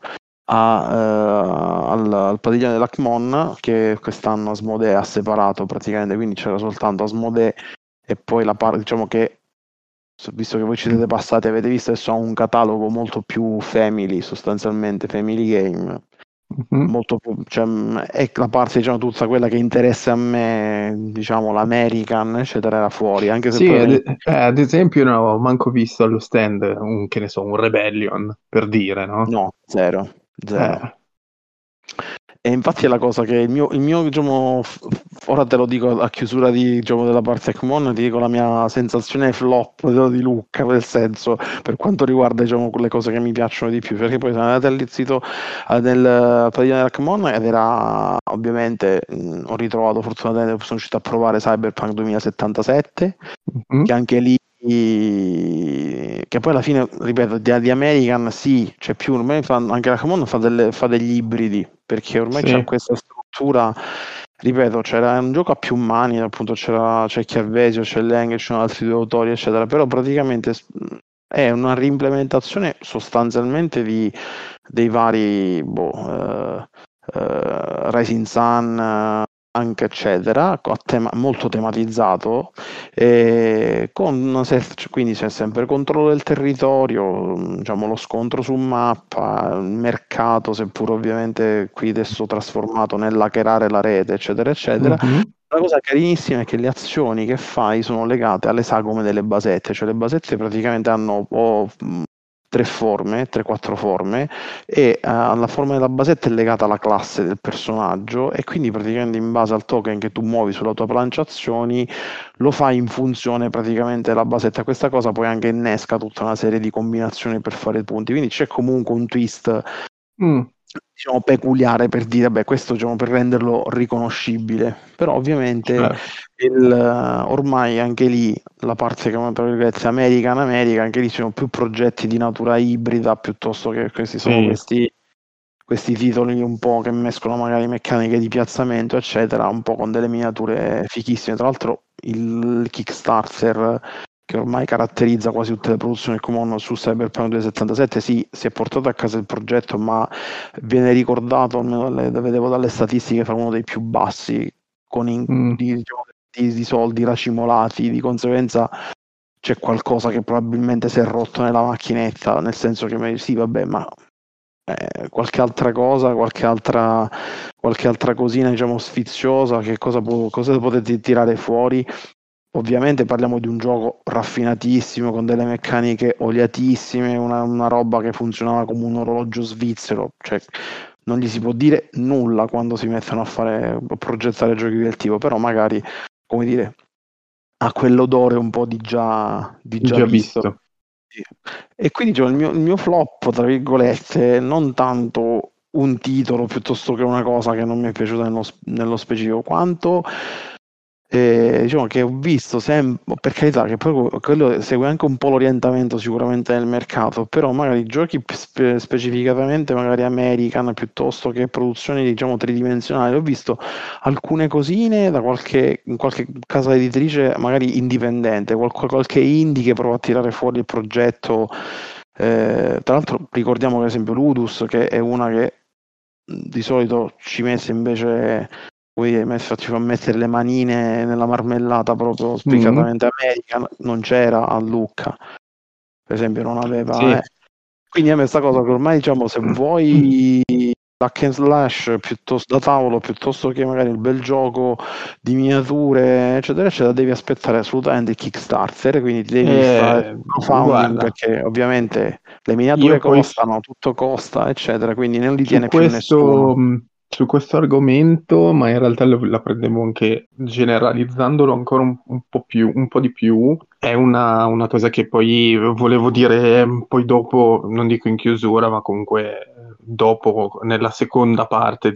al padiglione dell'Acmon, che quest'anno Asmodee ha separato praticamente, quindi c'era soltanto Asmodee e poi la parte, diciamo che, visto che voi ci siete passati, avete visto, adesso ho un catalogo molto più family, sostanzialmente family game, molto più, cioè, è la parte, diciamo, tutta quella che interessa a me, diciamo l'American, eccetera, era fuori, anche se Sì, poi ad esempio non avevo manco visto allo stand che ne so, un Rebellion, per dire, no? no, zero. Eh, E infatti è la cosa che il mio diciamo, ora te lo dico a chiusura diciamo, della parte Ekmon, ti dico la mia sensazione flop di Lucca, nel senso, per quanto riguarda diciamo, quelle cose che mi piacciono di più, perché poi sono andato al sito del padiglione dell'Ekmon ed era, ovviamente, ho ritrovato, fortunatamente sono riuscito a provare Cyberpunk 2077, che anche lì, che poi alla fine, ripeto, di American sì, c'è più, ormai anche la Camon fa degli ibridi, perché ormai c'è sì, questa struttura, ripeto, c'era un gioco a più mani, appunto c'è Chiarvesio, c'è Leng, ci sono altri due autori, eccetera, però praticamente è una reimplementazione sostanzialmente dei vari Rising Sun, anche eccetera, molto tematizzato, quindi c'è sempre il controllo del territorio, diciamo, lo scontro su mappa, il mercato, seppur ovviamente qui adesso trasformato nell'hackerare la rete, eccetera, eccetera. La cosa carinissima è che le azioni che fai sono legate alle sagome delle basette, cioè le basette praticamente hanno tre forme, 3-4 forme, e alla forma della basetta è legata alla classe del personaggio, e quindi praticamente in base al token che tu muovi sulla tua plancia azioni lo fai in funzione praticamente della basetta. Questa cosa poi anche innesca tutta una serie di combinazioni per fare punti, quindi c'è comunque un twist, diciamo, peculiare, per dire, beh, questo, diciamo, per renderlo riconoscibile, però ovviamente certo. ormai anche lì la parte, come tra virgolette American, anche lì ci sono più progetti di natura ibrida, piuttosto che sono questi titoli un po' che mescolano magari meccaniche di piazzamento, eccetera, un po' con delle miniature fichissime. Tra l'altro il Kickstarter, che ormai caratterizza quasi tutte le produzioni comune su Cyberpunk 2077, sì, si è portato a casa il progetto, ma viene ricordato, almeno vedevo dalle statistiche, fra uno dei più bassi diciamo, di soldi racimolati, di conseguenza c'è qualcosa che probabilmente si è rotto nella macchinetta, nel senso che sì, vabbè, ma qualche altra cosa, qualche altra cosina, diciamo, sfiziosa, cosa potete tirare fuori? Ovviamente parliamo di un gioco raffinatissimo, con delle meccaniche oliatissime, una roba che funzionava come un orologio svizzero, cioè non gli si può dire nulla quando si mettono a progettare giochi del tipo, però magari, come dire, ha quell'odore un po' di già visto. Sì. E quindi, diciamo, il mio flop, tra virgolette, non tanto un titolo piuttosto che una cosa che non mi è piaciuta nello specifico, quanto diciamo che ho visto sempre, per carità, che poi quello segue anche un po' l'orientamento sicuramente nel mercato, però magari giochi specificatamente magari American, piuttosto che produzioni, diciamo, tridimensionali, ho visto alcune cosine in qualche casa editrice magari indipendente, qualche indie che prova a tirare fuori il progetto. Tra l'altro ricordiamo che, ad esempio, Ludus, che è una che di solito ci mette invece, poi ci fa mettere le manine nella marmellata proprio spiccatamente American, non c'era a Lucca, per esempio, non aveva. Sì. Quindi a me sta cosa che ormai, diciamo, se vuoi hack and slash piuttosto da tavolo, piuttosto che magari il bel gioco di miniature, eccetera, eccetera, devi aspettare assolutamente il Kickstarter, quindi ti devi fare crowdfunding, Guarda, perché ovviamente le miniature io poi costano, tutto costa, eccetera, quindi non li su tiene più nessuno. questo argomento, ma in realtà la prendevo anche generalizzandolo ancora un po' di più, è una cosa che poi volevo dire poi dopo, non dico in chiusura, ma comunque dopo, nella seconda parte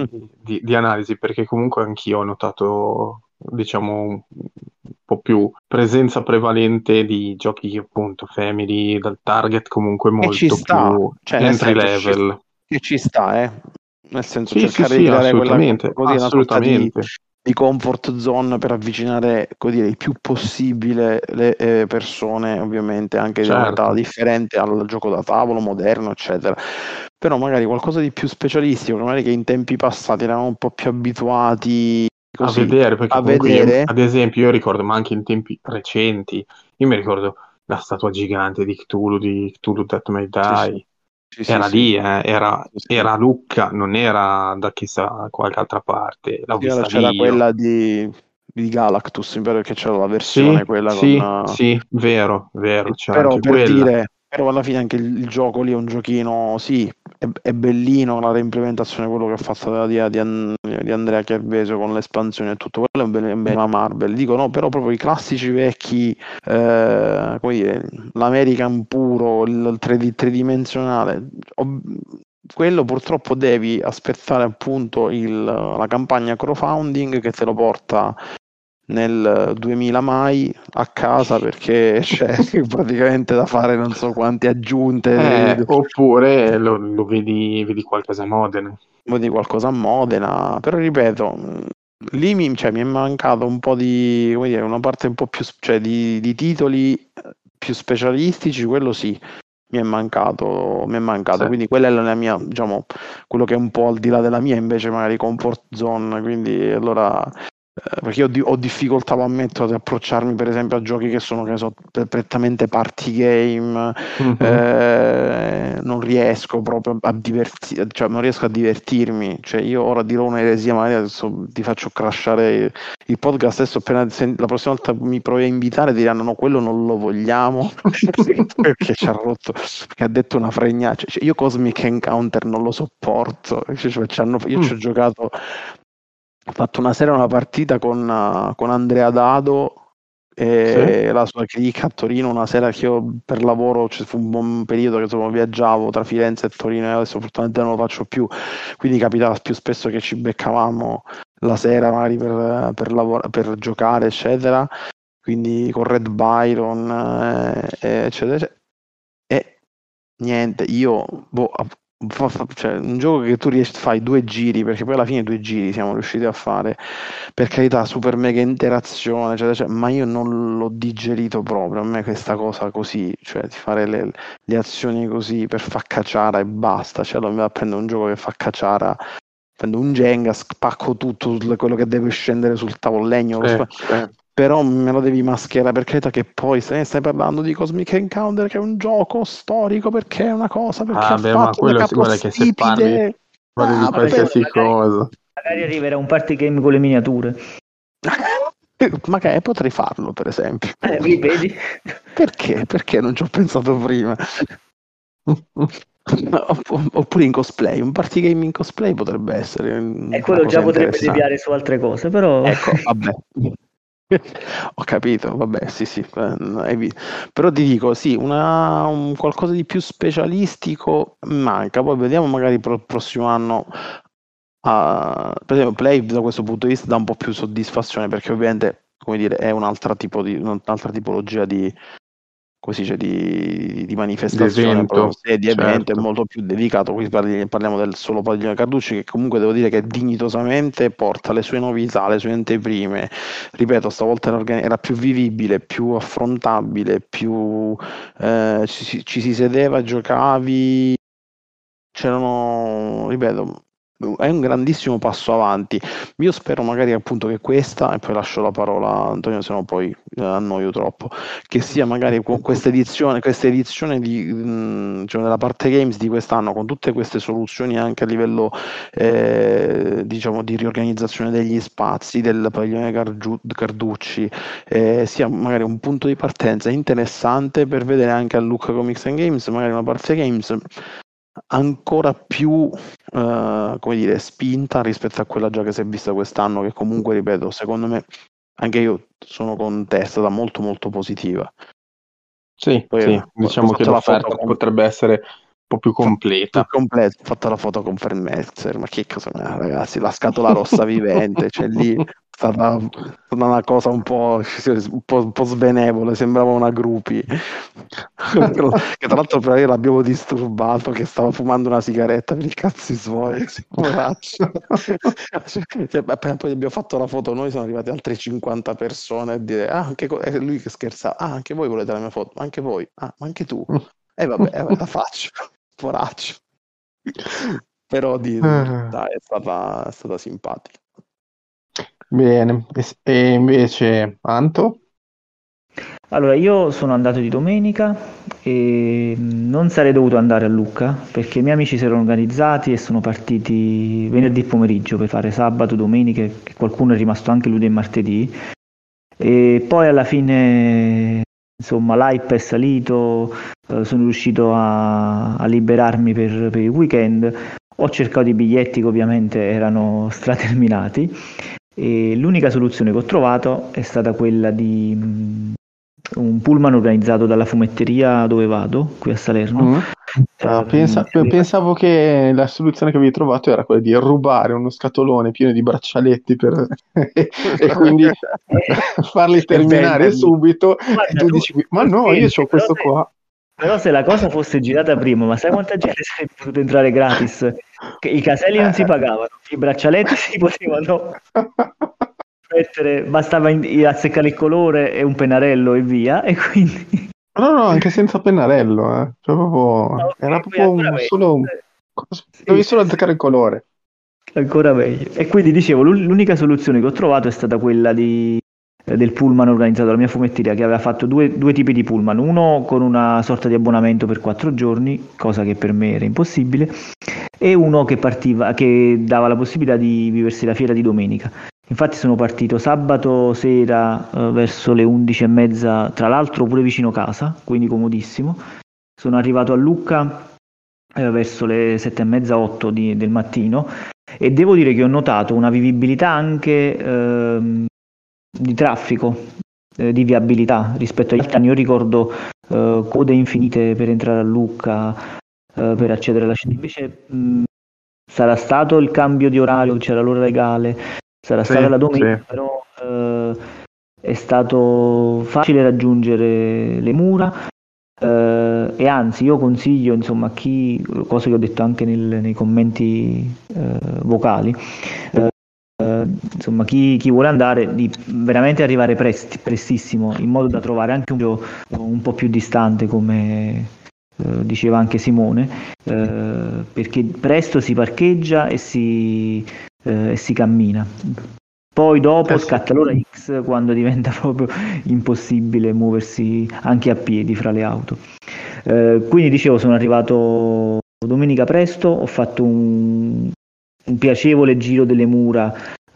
di analisi, perché comunque anch'io ho notato, diciamo, un po' più presenza prevalente di giochi appunto family, dal target comunque E ci molto sta, più cioè nel entry senso level. ci sta, nel senso Sì, sì, cercare di sì, creare quella assolutamente, così, una sorta assolutamente. di comfort zone per avvicinare, come dire, il più possibile le persone, ovviamente anche di un'età Certo. differente, al gioco da tavolo moderno, eccetera. Però magari qualcosa di più specialistico, magari che in tempi passati eravamo un po' più abituati a vedere, perché a comunque vedere. ad esempio io ricordo, ma anche in tempi recenti, io mi ricordo la statua gigante di Cthulhu That May Die, era Sì. lì, era a Lucca, non era da chissà qualche altra parte, l'ho Sì, allora vista c'era lì io. quella di Galactus, mi pare che c'era la Sì, versione quella con... sì, vero, c'era Però anche per quella. dire, però alla fine anche il gioco lì è un giochino, sì, è bellino la reimplementazione, quello che ha fatto di Andrea Chiarvesio con l'espansione e tutto, quello è un bel Marvel. Dico no, però proprio i classici vecchi, come dire, l'American puro, il 3D tridimensionale, quello purtroppo devi aspettare appunto la campagna crowdfunding che te lo porta nel 2000 mai a casa, perché c'è praticamente da fare non so quante aggiunte Oppure lo vedi qualcosa a Modena. di qualcosa a Modena, però ripeto, lì mi è mancato un po' di, come dire, una parte un po' più, cioè di titoli più specialistici, quello sì. Mi è mancato, Sì. quindi quella è la mia, diciamo, quello che è un po' al di là della mia invece magari comfort zone, quindi allora perché io ho difficoltà, lo ammetto, ad approcciarmi per esempio a giochi che sono, che ne so, prettamente party game, non riesco proprio a cioè non riesco a divertirmi, cioè io ora dirò un'eresia, magari adesso ti faccio crashare il podcast, adesso appena la prossima volta mi provi a invitare diranno no, quello non lo vogliamo perché ci ha rotto, perché ha detto una fregnaccia, cioè, io Cosmic Encounter non lo sopporto, io ci ho giocato. Ho fatto una partita con Andrea Dado e la sua clique a Torino, una sera che io per lavoro, fu un buon periodo che insomma viaggiavo tra Firenze e Torino e adesso fortunatamente non lo faccio più, quindi capitava più spesso che ci beccavamo la sera magari per giocare eccetera, quindi con Red Byron eccetera. E niente, io cioè, un gioco che tu fai 2 giri, perché poi alla fine 2 giri siamo riusciti a fare, per carità, super mega interazione, eccetera, ma io non l'ho digerito proprio. A me questa cosa così, cioè di fare le azioni così per far cacciara e basta, cioè allora mi va a prendere un gioco che fa cacciara, prendo un Jenga, spacco tutto quello che deve scendere sul tavollegno, però me lo devi mascherare, per carità, che poi stai parlando di Cosmic Encounter, che è un gioco storico, perché è una cosa, perché ha Beh, ma fatto le quello guarda che se parli di qualsiasi cosa. Magari arriverà un party game con le miniature. Magari potrei farlo, per esempio. Vedi? Perché non ci ho pensato prima? Oppure in cosplay, un party game in cosplay potrebbe essere E quello già potrebbe interessante. deviare su altre cose, però... Ecco, vabbè. Ho capito, vabbè, sì, però ti dico, sì, un qualcosa di più specialistico manca, poi vediamo magari per il prossimo anno, per esempio Play da questo punto di vista dà un po' più soddisfazione, perché ovviamente, come dire, è un'altra tipologia di, come si dice, di manifestazione, proprio, D'evento, di evento, è certo. molto più dedicato. Qui parliamo del solo Padiglione Carducci, che comunque devo dire che dignitosamente porta le sue novità, le sue anteprime. Ripeto, stavolta era più vivibile, più affrontabile, più ci si sedeva, giocavi, c'erano, ripeto, è un grandissimo passo avanti. Io spero magari appunto che questa, e poi lascio la parola a Antonio, se no poi annoio troppo, che sia magari questa edizione diciamo, della parte games di quest'anno, con tutte queste soluzioni anche a livello diciamo di riorganizzazione degli spazi del Padiglione Carducci, sia magari un punto di partenza interessante per vedere anche a Lucca Comics and Games magari una parte games ancora più come dire, spinta rispetto a quella già che si è vista quest'anno, che comunque, ripeto, secondo me anche io sono con te, è stata molto molto positiva. Sì, Poi diciamo che l'offerta potrebbe essere un po' più completa. Ho fatto la foto con Fermezzer, ma che cosa, ragazzi, la scatola rossa vivente, cioè lì è stata una cosa un po' svenevole, sembrava una groupie. Che tra l'altro però io l'abbiamo disturbato, che stava fumando una sigaretta per i cazzi suoi, poraccio. Appena poi abbiamo fatto la foto noi, sono arrivate altre 50 persone a dire anche lui che scherzava, anche voi volete la mia foto, anche voi, ma anche tu, e vabbè, la faccio, poraccio. Però dai, è stata simpatica. Bene, e invece Anto? Allora, io sono andato di domenica e non sarei dovuto andare a Lucca perché i miei amici si erano organizzati e sono partiti venerdì pomeriggio per fare sabato, domenica e qualcuno è rimasto anche lunedì e martedì. E poi alla fine, insomma, l'hype è salito, sono riuscito a liberarmi per il weekend. Ho cercato i biglietti che ovviamente erano straterminati e l'unica soluzione che ho trovato è stata quella di un pullman organizzato dalla fumetteria dove vado, qui a Salerno. Pensavo che la soluzione che avevi trovato era quella di rubare uno scatolone pieno di braccialetti e quindi farli terminare subito. Guarda, E tu dici, ma no, io ho questo qua. Però se la cosa fosse girata prima, ma sai quanta gente sarebbe potuto entrare gratis? Che i caselli non si pagavano, i braccialetti si potevano mettere, bastava azzeccare il colore e un pennarello e via, e quindi... No, anche senza pennarello, Cioè, era proprio dovevi solo azzeccare il colore. Ancora meglio. E quindi dicevo, l'unica soluzione che ho trovato è stata quella del pullman organizzato dalla mia fumetteria, che aveva fatto due tipi di pullman, uno con una sorta di abbonamento per 4 giorni, cosa che per me era impossibile, e uno che dava la possibilità di viversi la fiera di domenica. Infatti sono partito sabato sera verso le 11:30, tra l'altro pure vicino casa, quindi comodissimo. Sono arrivato a Lucca verso le 7:30, 8 del mattino, e devo dire che ho notato una vivibilità anche di traffico, di viabilità rispetto agli altri anni. Io ricordo code infinite per entrare a Lucca, per accedere alla città. Invece sarà stato il cambio di orario, c'era l'ora legale, sarà stata la domenica, però è stato facile raggiungere le mura. E anzi io consiglio, insomma, a chi, cosa che ho detto anche nei commenti vocali, insomma, chi vuole andare, di veramente arrivare prestissimo, in modo da trovare anche un gioco un po' più distante, come diceva anche Simone, perché presto si parcheggia e si cammina. Poi dopo scatta l'ora X, quando diventa proprio impossibile muoversi anche a piedi fra le auto. Quindi dicevo, sono arrivato domenica presto, ho fatto un piacevole giro delle mura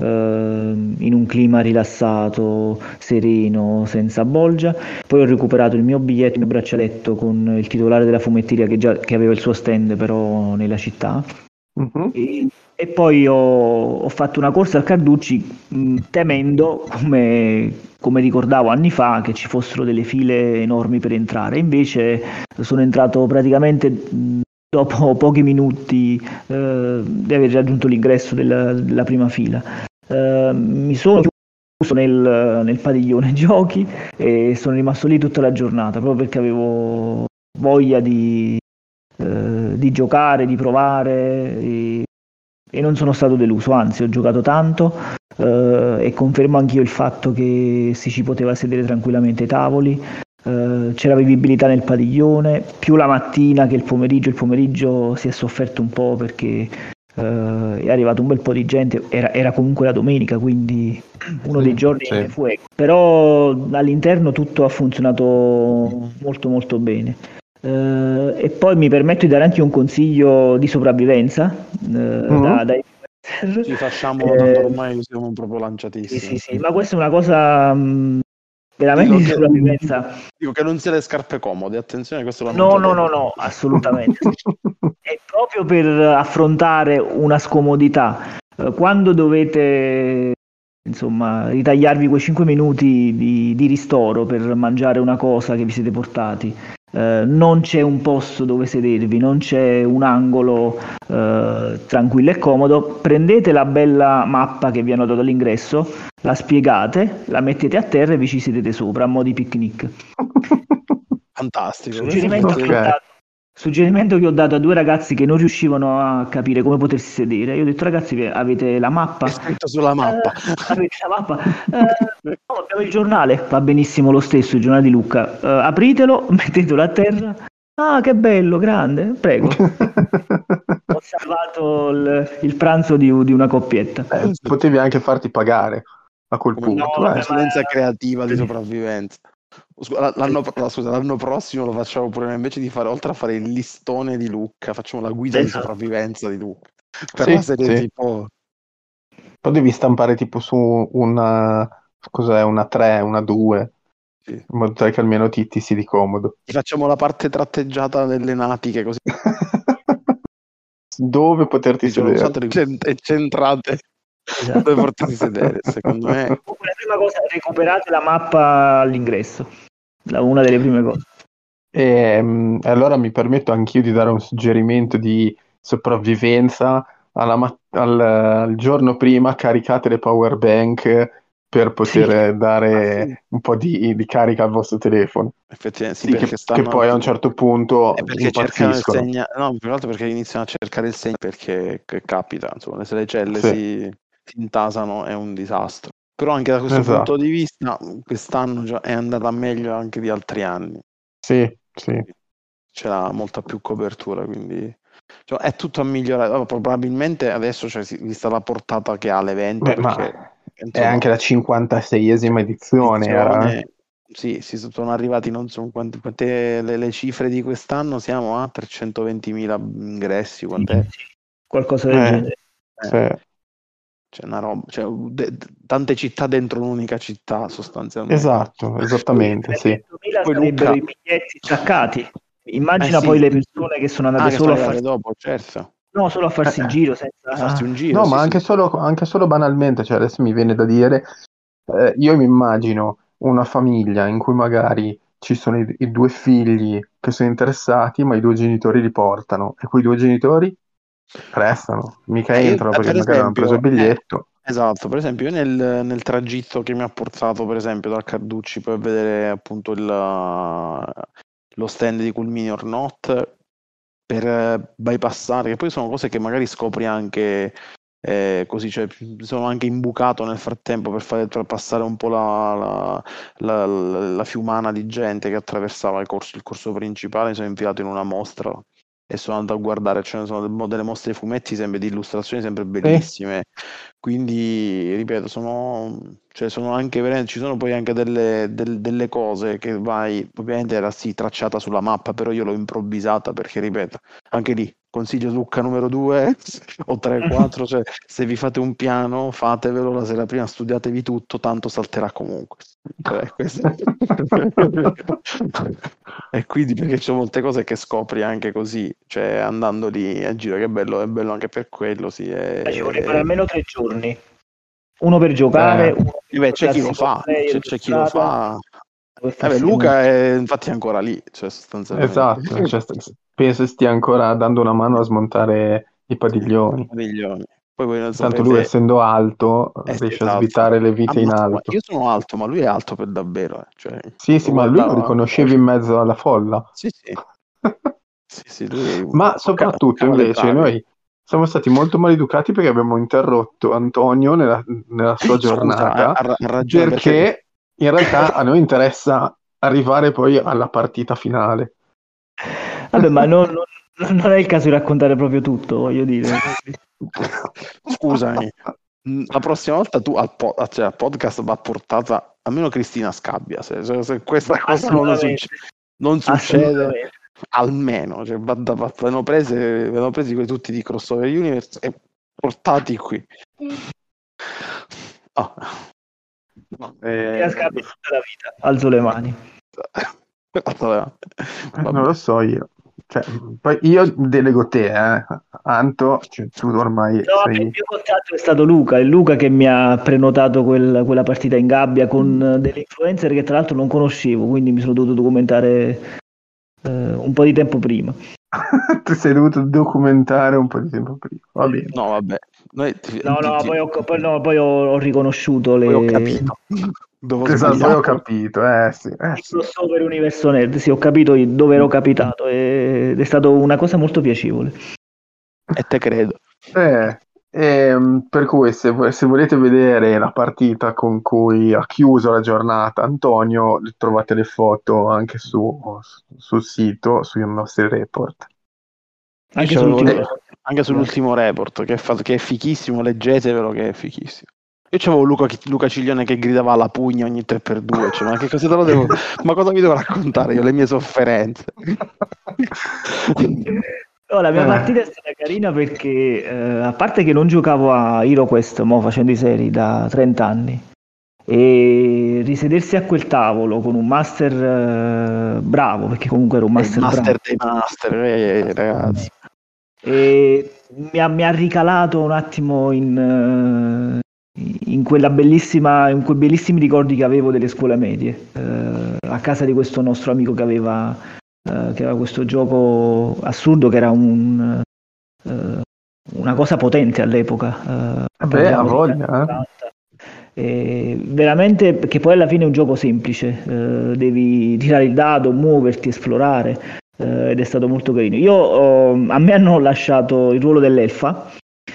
in un clima rilassato, sereno, senza bolgia. Poi ho recuperato il mio biglietto, il mio braccialetto con il titolare della fumetteria che aveva il suo stand però nella città. Uh-huh. E poi ho fatto una corsa al Carducci temendo, come ricordavo anni fa, che ci fossero delle file enormi per entrare. Invece sono entrato praticamente dopo pochi minuti di aver raggiunto l'ingresso della prima fila. Mi sono chiuso nel padiglione giochi e sono rimasto lì tutta la giornata, proprio perché avevo voglia di giocare, di provare, e non sono stato deluso, anzi ho giocato tanto, e confermo anch'io il fatto che si ci poteva sedere tranquillamente ai tavoli, c'era vivibilità nel padiglione, più la mattina che il pomeriggio si è sofferto un po' perché è arrivato un bel po' di gente, era comunque la domenica, quindi uno dei giorni che fu eco. Però all'interno tutto ha funzionato molto molto bene. E poi mi permetto di dare anche un consiglio di sopravvivenza dai ci facciamo, tanto ormai siamo proprio lanciatissimi. Sì, ma questa è una cosa veramente di sopravvivenza. Dico che non sia le scarpe comode, attenzione, questo lo no, assolutamente. È proprio per affrontare una scomodità. Quando dovete, insomma, ritagliarvi quei 5 minuti di ristoro per mangiare una cosa che vi siete portati, non c'è un posto dove sedervi, non c'è un angolo tranquillo e comodo, prendete la bella mappa che vi hanno dato all'ingresso, la spiegate, la mettete a terra e vi ci sedete sopra a mo' di picnic. Fantastico. Suggerimento che ho dato a 2 ragazzi che non riuscivano a capire come potersi sedere. Io ho detto: ragazzi, avete la mappa? È scritto sulla mappa. Avete la mappa? No, abbiamo il giornale, va benissimo lo stesso, il giornale di Lucca. Apritelo, mettetelo a terra. Ah, che bello, grande, prego. Ho salvato il pranzo di una coppietta. Potevi anche farti pagare. a quel Come punto. No, vabbè, consulenza ma- creativa di sopravvivenza. L'anno prossimo lo facciamo pure noi, invece di fare, oltre a fare il listone di Lucca, facciamo la guida di Esatto. sopravvivenza di Lucca. Per Sì, la serie sì. tipo... Poi devi stampare tipo su una 3, una 2, Sì. in modo tale che almeno ti sia di comodo. Facciamo la parte tratteggiata delle natiche, così Dove poterti ci ho sedere. usato le centrate Esatto. dove portarsi sedere. Secondo me Comunque, la prima cosa, recuperate la mappa all'ingresso, una delle prime cose. E allora mi permetto anch'io di dare un suggerimento di sopravvivenza. Al giorno prima caricate le power bank per poter dare un po' di carica al vostro telefono. effettivamente sì, Sì, perché che poi a un certo punto è perché cercano il impazziscono. segnale, no, più che altro perché iniziano a cercare il segno, perché che capita, insomma, se le celle Sì, si intasano è un disastro. Però anche da questo punto esatto. di vista quest'anno già è andata meglio anche di altri anni. Sì, sì. C'era molta più copertura, quindi cioè, è tutto a migliorare. Oh, probabilmente adesso, cioè, vista la portata che ha l'evento, Beh, perché ma è insomma, anche la 56esima edizione, era. edizione, sì, si sono arrivati, non so quante le cifre di quest'anno, siamo a 320.000 ingressi, quant'è? Sì, qualcosa del genere. Sì. C'è una roba, cioè, tante città dentro un'unica città sostanzialmente. Esatto, esattamente, sì. 300.000 Poi sarebbero Lucca, i biglietti staccati. Immagina sì, poi le persone che sono andate che solo sono a arrivate farsi, dopo, certo, no, solo a farsi il giro per farsi un senza... giro, No, sì, ma sì. anche solo banalmente, cioè adesso mi viene da dire, io mi immagino una famiglia in cui magari ci sono i due figli che sono interessati, ma i due genitori li portano, e quei due genitori restano, mica Io, entrano perché per magari hanno preso il esempio, biglietto. esatto, per esempio, io nel tragitto che mi ha portato, per esempio, dal Carducci per vedere appunto lo stand di Culmini or Not, per bypassare, che poi sono cose che magari scopri anche così, cioè sono anche imbucato nel frattempo per fare passare un po' la fiumana di gente che attraversava il corso principale, mi sono infilato in una mostra e sono andato a guardare, ce ne sono delle mostre di fumetti sempre di illustrazioni sempre Sì, bellissime, quindi ripeto, cioè, sono anche ci sono poi anche delle cose che vai, ovviamente era sì tracciata sulla mappa, però io l'ho improvvisata perché ripeto, anche lì consiglio Lucca numero 2 o 3, 4, cioè se vi fate un piano fatevelo la sera prima, studiatevi tutto, tanto salterà comunque. Cioè, e quindi perché c'è molte cose che scopri anche così, cioè andando lì a giro, che è bello anche per quello, sì. Ci vorrebbero almeno 3 giorni. Uno per giocare, uno per C'è chi lo farsi fa, cosplayer per c'è chi lo strada, fa. per farsi le Luca mostre. è infatti ancora lì, cioè sostanzialmente. esatto, cioè, penso stia ancora dando una mano a smontare i padiglioni. Padiglioni. Poi voi non Tanto lui, sapete, essendo alto, sì, riesce a esatto. svitare le vite in Ammazza, ma alto. io sono alto, ma lui è alto per davvero, cioè, Sì, lo sì, ma lui lo guardava. riconoscevi in mezzo alla folla. Sì, sì, sì, lui Ma soprattutto toccava le invece travi. noi siamo stati molto maleducati perché abbiamo interrotto Antonio nella sua Scusa, giornata, ha ragione perché perché in realtà a noi interessa arrivare poi alla partita finale. Vabbè, ma non è il caso di raccontare proprio tutto, voglio dire. scusami, la prossima volta tu cioè, al podcast va portata almeno Cristina Scabbia, se questa cosa non succede, Assolutamente. almeno, cioè, vanno presi tutti di Crossover Universe e portati qui. Oh. Cristina Scabbia tutta la vita, alzo le mani. Non lo so io. Cioè, poi io delego te, Anto, cioè, tu ormai No, vabbè, il sei. mio contatto è stato Luca, è Luca che mi ha prenotato quella partita in gabbia con delle influencer che tra l'altro non conoscevo, quindi mi sono dovuto documentare un po' di tempo prima. Ti sei dovuto documentare un po' di tempo prima. Va bene. No, vabbè, noi No, poi ho riconosciuto poi ho le... capito dove ho Esatto, poi ho sbagliato. capito, sì, il sì. crossover Universo Nerd, sì, ho capito dove ero capitato ed è stata una cosa molto piacevole. E te credo. Per cui se volete vedere la partita con cui ha chiuso la giornata Antonio, trovate le foto anche sul sito, sui nostri report. Anche sull'ultimo Anche sull'ultimo report che è fichissimo, leggetevelo che è fichissimo. Io c'avevo Luca Ciglione che gridava alla pugna ogni 3x2, cioè, ma che cosa te lo devo, ma cosa mi devo raccontare io, le mie sofferenze? La mia partita è stata carina perché, a parte che non giocavo a HeroQuest, mo facendo i seri da 30 anni, e risedersi a quel tavolo con un master bravo, perché comunque era un master bravo. Master dei master, ragazzi. E mi ha ricalato un attimo in quei bellissimi ricordi che avevo delle scuole medie, a casa di questo nostro amico che aveva questo gioco assurdo che era una cosa potente all'epoca. A voglia, veramente, perché poi alla fine è un gioco semplice, devi tirare il dado, muoverti, esplorare, ed è stato molto carino. A me hanno lasciato il ruolo dell'elfa,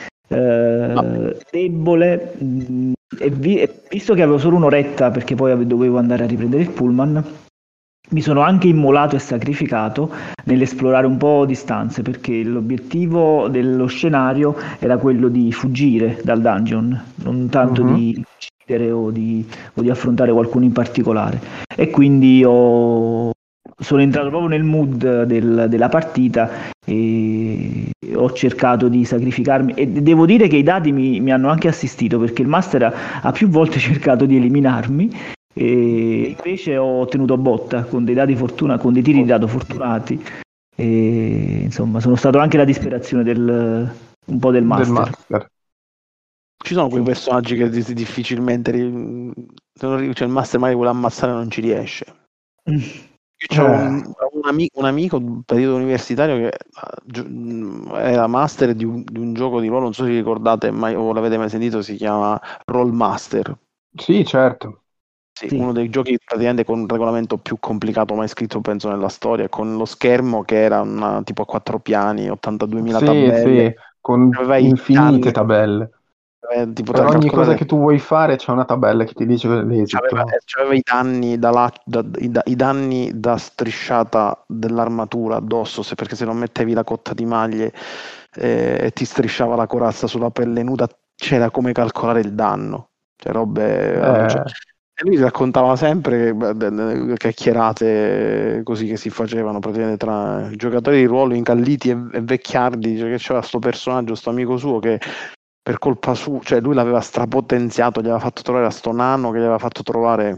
debole, e visto che avevo solo un'oretta perché poi dovevo andare a riprendere il pullman, mi sono anche immolato e sacrificato nell'esplorare un po' distanze, perché l'obiettivo dello scenario era quello di fuggire dal dungeon, non tanto di uccidere o di affrontare qualcuno in particolare. E quindi sono entrato proprio nel mood della partita e ho cercato di sacrificarmi, e devo dire che i dadi mi hanno anche assistito, perché il master ha più volte cercato di eliminarmi, e invece ho ottenuto botta con dei dadi fortuna, con dei tiri di dado fortunati, e insomma sono stato anche la disperazione un po' del master. Ci sono quei personaggi che difficilmente cioè il master magari vuole ammazzare e non ci riesce. Io c'avevo un amico un periodo universitario che era master di un gioco di ruolo, non so se vi ricordate o l'avete mai sentito, si chiama Rollmaster. Sì, certo. Sì. Uno dei giochi praticamente con un regolamento più complicato mai scritto, penso, nella storia, con lo schermo che era tipo a 4 piani, 82.000 tabelle. Sì, con infinite tabelle. Per ogni cosa che tu vuoi fare c'è una tabella che ti dice l'esito. C'aveva i danni da strisciata dell'armatura addosso, perché se non mettevi la cotta di maglie e ti strisciava la corazza sulla pelle nuda, c'era come calcolare il danno. Cioè robe... E lui raccontava sempre chiacchierate così che si facevano praticamente tra giocatori di ruolo incalliti e vecchiardi, cioè che c'era sto personaggio, sto amico suo che per colpa sua, cioè lui l'aveva strapotenziato, gli aveva fatto trovare a sto nano che gli aveva fatto trovare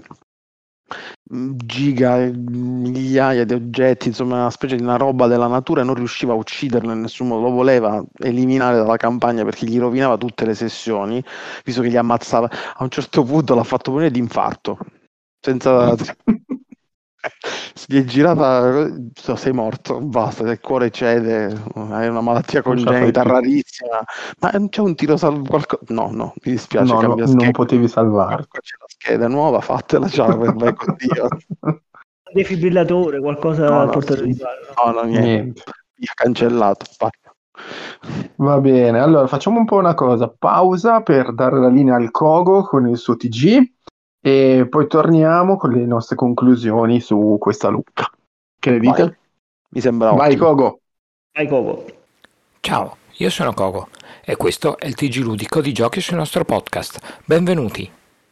migliaia di oggetti, insomma una specie di una roba della natura, e non riusciva a ucciderlo in nessun modo, lo voleva eliminare dalla campagna perché gli rovinava tutte le sessioni, visto che gli ammazzava. A un certo punto l'ha fatto morire di infarto, senza... gli è girata, sei morto, basta, il cuore cede, hai una malattia congenita rarissima, ma c'è un tiro no, mi dispiace, non potevi salvarlo, c'è la scheda nuova, fatela, ciao, vai con Dio. Defibrillatore, qualcosa a portata di mano. No, niente. Mi ha cancellato. Va bene, allora facciamo un po' una cosa, pausa per dare la linea al Kogo con il suo TG e poi torniamo con le nostre conclusioni su questa Lucca. Che ne dite? Vai. Mi sembra Vai ottimo. Kogo. Vai Kogo. Ciao, io sono Kogo e questo è il TG ludico di Giochi sul nostro podcast. Benvenuti.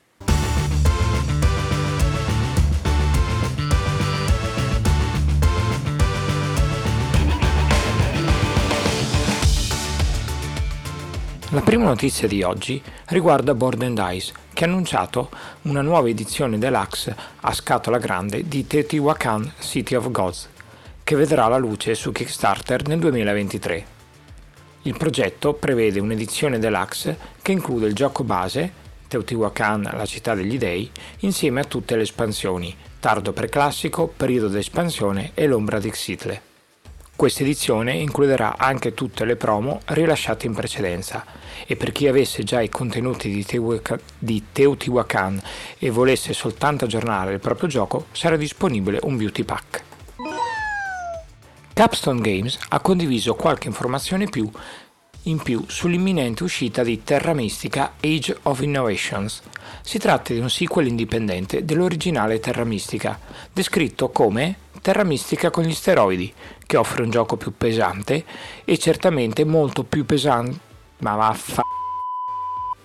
La prima notizia di oggi riguarda Board & Dice, che ha annunciato una nuova edizione deluxe a scatola grande di Teotihuacan City of Gods, che vedrà la luce su Kickstarter nel 2023. Il progetto prevede un'edizione deluxe che include il gioco base, Teotihuacan, la città degli dei, insieme a tutte le espansioni, tardo preclassico, periodo d'espansione e l'ombra di Xitle. Questa edizione includerà anche tutte le promo rilasciate in precedenza, e per chi avesse già i contenuti di Teotihuacan e volesse soltanto aggiornare il proprio gioco, sarà disponibile un Beauty Pack. Capstone Games ha condiviso qualche informazione in più sull'imminente uscita di Terra Mystica Age of Innovations. Si tratta di un sequel indipendente dell'originale Terra Mystica, descritto come Terra Mystica con gli steroidi, che offre un gioco più pesante e certamente molto più pesante,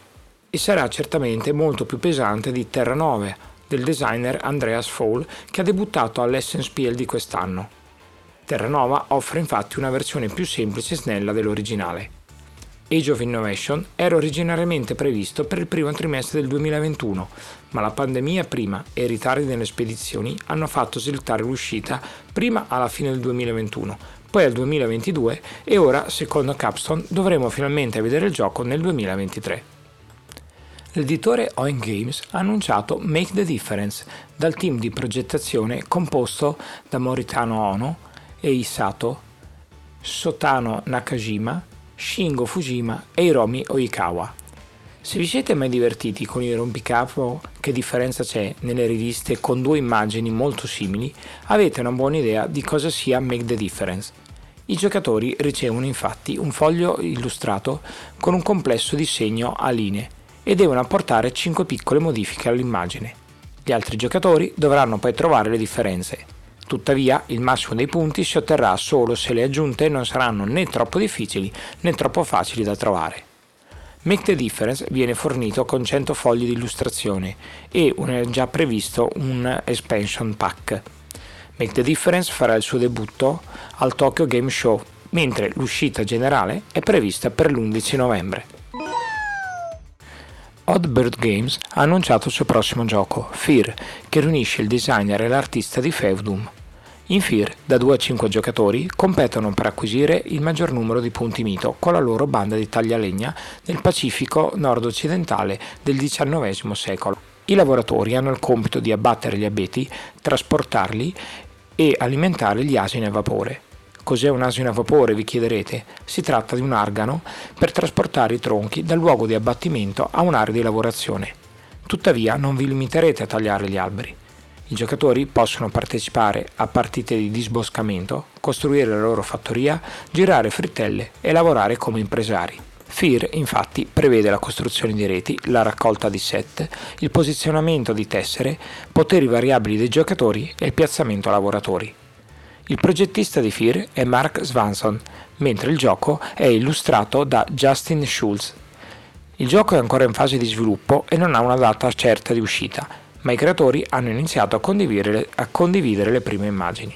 e sarà certamente molto più pesante di Terra 9 del designer Andreas Fall, che ha debuttato all'Essenspiel di quest'anno. Terranova offre infatti una versione più semplice e snella dell'originale. Age of Innovation era originariamente previsto per il primo trimestre del 2021, ma la pandemia prima e i ritardi nelle spedizioni hanno fatto slittare l'uscita prima alla fine del 2021, poi al 2022 e ora, secondo Capstone, dovremo finalmente vedere il gioco nel 2023. L'editore Oink Games ha annunciato Make the Difference dal team di progettazione composto da Moritano Ono, Ei Sato, Sotano Nakajima, Shingo Fujima e Hiromi Oikawa. Se vi siete mai divertiti con il rompicapo che differenza c'è nelle riviste con due immagini molto simili, avete una buona idea di cosa sia Make the Difference. I giocatori ricevono infatti un foglio illustrato con un complesso disegno a linee e devono apportare 5 piccole modifiche all'immagine. Gli altri giocatori dovranno poi trovare le differenze. Tuttavia, il massimo dei punti si otterrà solo se le aggiunte non saranno né troppo difficili né troppo facili da trovare. Make the Difference viene fornito con 100 fogli di illustrazione e è già previsto un expansion pack. Make the Difference farà il suo debutto al Tokyo Game Show, mentre l'uscita generale è prevista per l'11 novembre. Oddbird Games ha annunciato il suo prossimo gioco, Fear, che riunisce il designer e l'artista di Feudum. In Fear, da 2 a 5 giocatori competono per acquisire il maggior numero di punti mito con la loro banda di taglialegna nel Pacifico nord-occidentale del XIX secolo. I lavoratori hanno il compito di abbattere gli abeti, trasportarli e alimentare gli asini a vapore. Cos'è un asino a vapore, vi chiederete? Si tratta di un argano per trasportare i tronchi dal luogo di abbattimento a un'area di lavorazione. Tuttavia non vi limiterete a tagliare gli alberi. I giocatori possono partecipare a partite di disboscamento, costruire la loro fattoria, girare frittelle e lavorare come impresari. Fear, infatti, prevede la costruzione di reti, la raccolta di set, il posizionamento di tessere, poteri variabili dei giocatori e il piazzamento a lavoratori. Il progettista di Fear è Mark Swanson, mentre il gioco è illustrato da Justin Schulz. Il gioco è ancora in fase di sviluppo e non ha una data certa di uscita, ma i creatori hanno iniziato a condividere le prime immagini.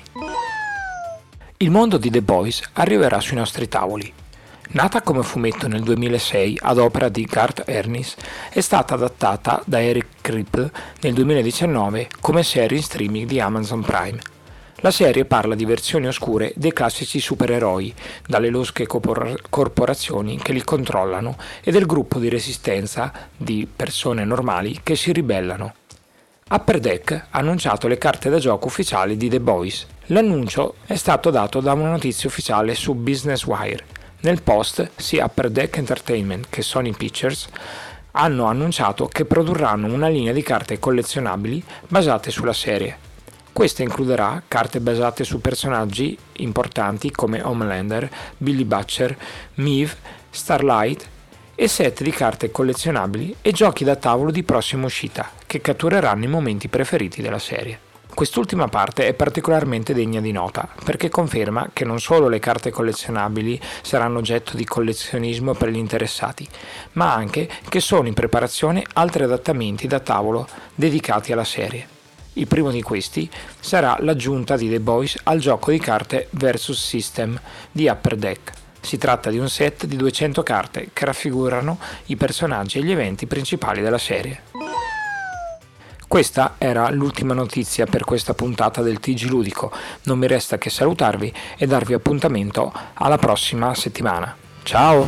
Il mondo di The Boys arriverà sui nostri tavoli. Nata come fumetto nel 2006 ad opera di Garth Ennis, è stata adattata da Eric Kripke nel 2019 come serie in streaming di Amazon Prime. La serie parla di versioni oscure dei classici supereroi, dalle losche corporazioni che li controllano e del gruppo di resistenza di persone normali che si ribellano. Upper Deck ha annunciato le carte da gioco ufficiali di The Boys. L'annuncio è stato dato da una notizia ufficiale su Business Wire. Nel post, sia Upper Deck Entertainment che Sony Pictures hanno annunciato che produrranno una linea di carte collezionabili basate sulla serie. Questa includerà carte basate su personaggi importanti come Homelander, Billy Butcher, Maeve, Starlight e set di carte collezionabili e giochi da tavolo di prossima uscita che cattureranno i momenti preferiti della serie. Quest'ultima parte è particolarmente degna di nota perché conferma che non solo le carte collezionabili saranno oggetto di collezionismo per gli interessati, ma anche che sono in preparazione altri adattamenti da tavolo dedicati alla serie. Il primo di questi sarà l'aggiunta di The Boys al gioco di carte Versus System di Upper Deck. Si tratta di un set di 200 carte che raffigurano i personaggi e gli eventi principali della serie. Questa era l'ultima notizia per questa puntata del TG Ludico. Non mi resta che salutarvi e darvi appuntamento alla prossima settimana. Ciao!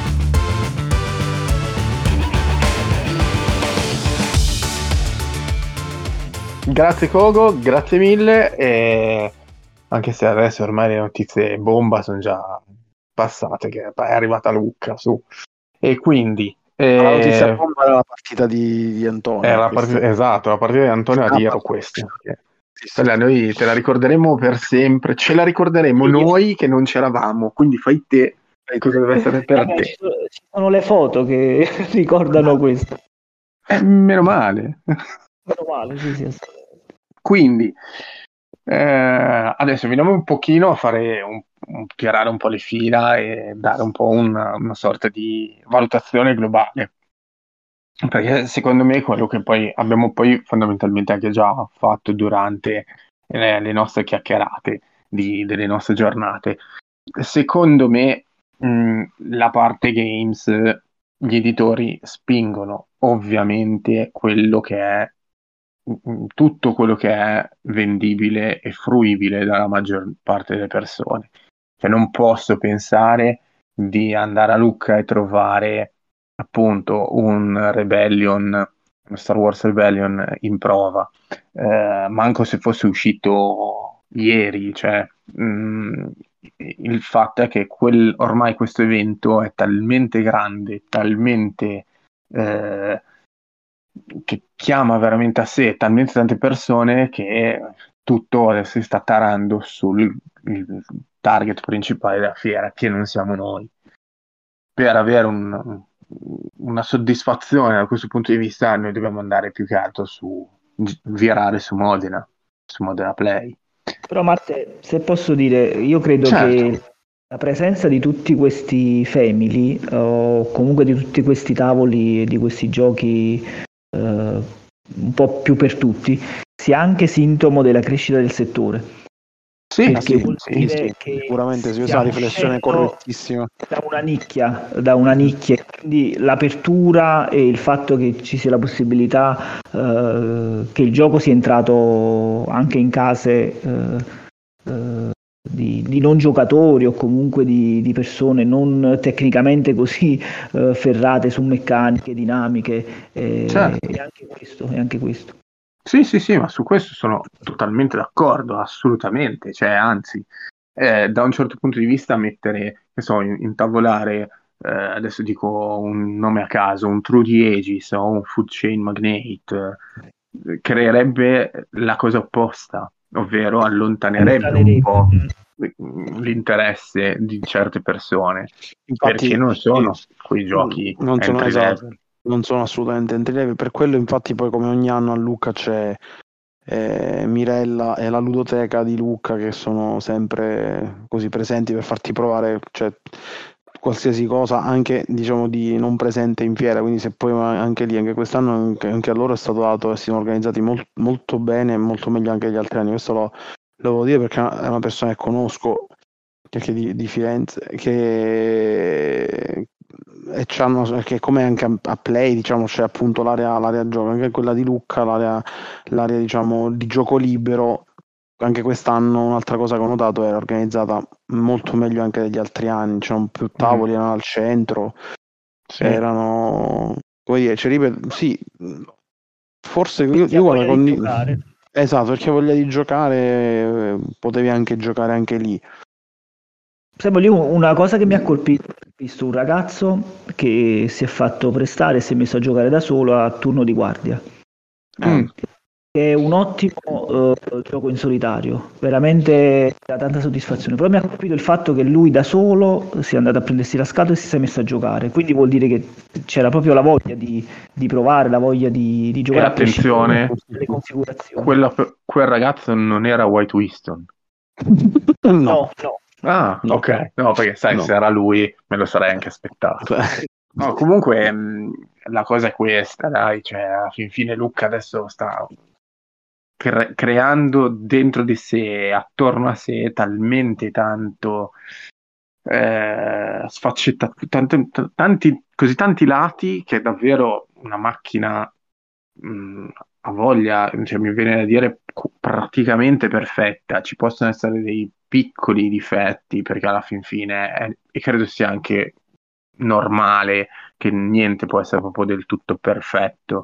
Grazie Kogo, grazie mille. E anche se adesso ormai le notizie bomba sono già passate, che è arrivata Lucca su. E quindi La notizia bomba era la partita di Antonio. Esatto, la partita di Antonio a Diero questa. Noi te la ricorderemo per sempre, ce la ricorderemo noi che non c'eravamo, quindi fai te cosa deve essere per te. Ci sono le foto che ricordano questo. Meno male. Meno male, sì. Quindi adesso veniamo un pochino a fare tirare un po' le fila e dare un po' una sorta di valutazione globale. Perché secondo me quello che poi abbiamo poi fondamentalmente anche già fatto durante le nostre chiacchierate delle nostre giornate, secondo me la parte games, gli editori spingono ovviamente quello che è tutto quello che è vendibile e fruibile dalla maggior parte delle persone. Cioè non posso pensare di andare a Lucca e trovare appunto un Rebellion, uno Star Wars Rebellion in prova, manco se fosse uscito ieri, cioè il fatto è che ormai questo evento è talmente grande, talmente che chiama veramente a sé talmente tante persone che tutto adesso si sta tarando sul il target principale della fiera, che non siamo noi. Per avere una soddisfazione da questo punto di vista, noi dobbiamo andare più che altro virare su Modena Play. Però Matte, se posso dire, io credo Certo, che la presenza di tutti questi family o comunque di tutti questi tavoli e di questi giochi un po' più per tutti sia anche sintomo della crescita del settore. sì, Perché vuol Sì, dire che sicuramente si usa la stiamo riflessione uscendo correttissima. da una nicchia, e quindi l'apertura e il fatto che ci sia la possibilità che il gioco sia entrato anche in case di non giocatori o comunque di persone non tecnicamente così ferrate su meccaniche, dinamiche, certo. e anche questo, e anche questo. Sì, ma su questo sono totalmente d'accordo, assolutamente. Cioè, anzi, da un certo punto di vista mettere, che so, intavolare, adesso dico un nome a caso, un True the Aegis o un Food Chain Magnate, creerebbe la cosa opposta, ovvero allontanerebbe un po' l'interesse di certe persone, perché Infatti, non sono quei giochi non sono entry esatto, level. non sono assolutamente entry level. Per quello, infatti, poi come ogni anno a Lucca c'è Mirella e la ludoteca di Lucca che sono sempre così presenti per farti provare, cioè, qualsiasi cosa, anche diciamo di non presente in fiera. Quindi se poi anche lì, anche quest'anno, anche a loro è stato dato e si sono organizzati molto bene e molto meglio anche gli altri anni. Questo lo devo dire perché è una persona che conosco, che di Firenze, e c'hanno, che come anche a Play, diciamo, c'è appunto l'area gioco, anche quella di Lucca, l'area diciamo di gioco libero. Anche quest'anno un'altra cosa che ho notato è organizzata molto meglio anche degli altri anni, c'erano più tavoli, erano al centro, Sì. erano, come dire, sì, forse Chi ha io guarda, voglia di giocare. esatto, perché voglia di giocare, potevi anche giocare anche lì. Sempre lì una cosa che mi ha colpito, ho visto un ragazzo che si è fatto prestare e si è messo a giocare da solo a turno di guardia, che è un ottimo gioco in solitario, veramente dà tanta soddisfazione. Però mi ha colpito il fatto che lui da solo si è andato a prendersi la scatola e si è messo a giocare, quindi vuol dire che c'era proprio la voglia di provare, la voglia di E giocare a prescindere attenzione, dalle configurazioni. quel ragazzo non era White Winston. No, No. Ah, no, ok. No, perché sai, no. se era lui me lo sarei anche aspettato. No, comunque la cosa è questa, dai, cioè, alla fin fine Luca adesso sta creando dentro di sé, attorno a sé, talmente tanto sfaccettato, così tanti lati che è davvero una macchina ha voglia, cioè, mi viene da dire praticamente perfetta. Ci possono essere dei piccoli difetti perché alla fin fine e credo sia anche normale che niente può essere proprio del tutto perfetto.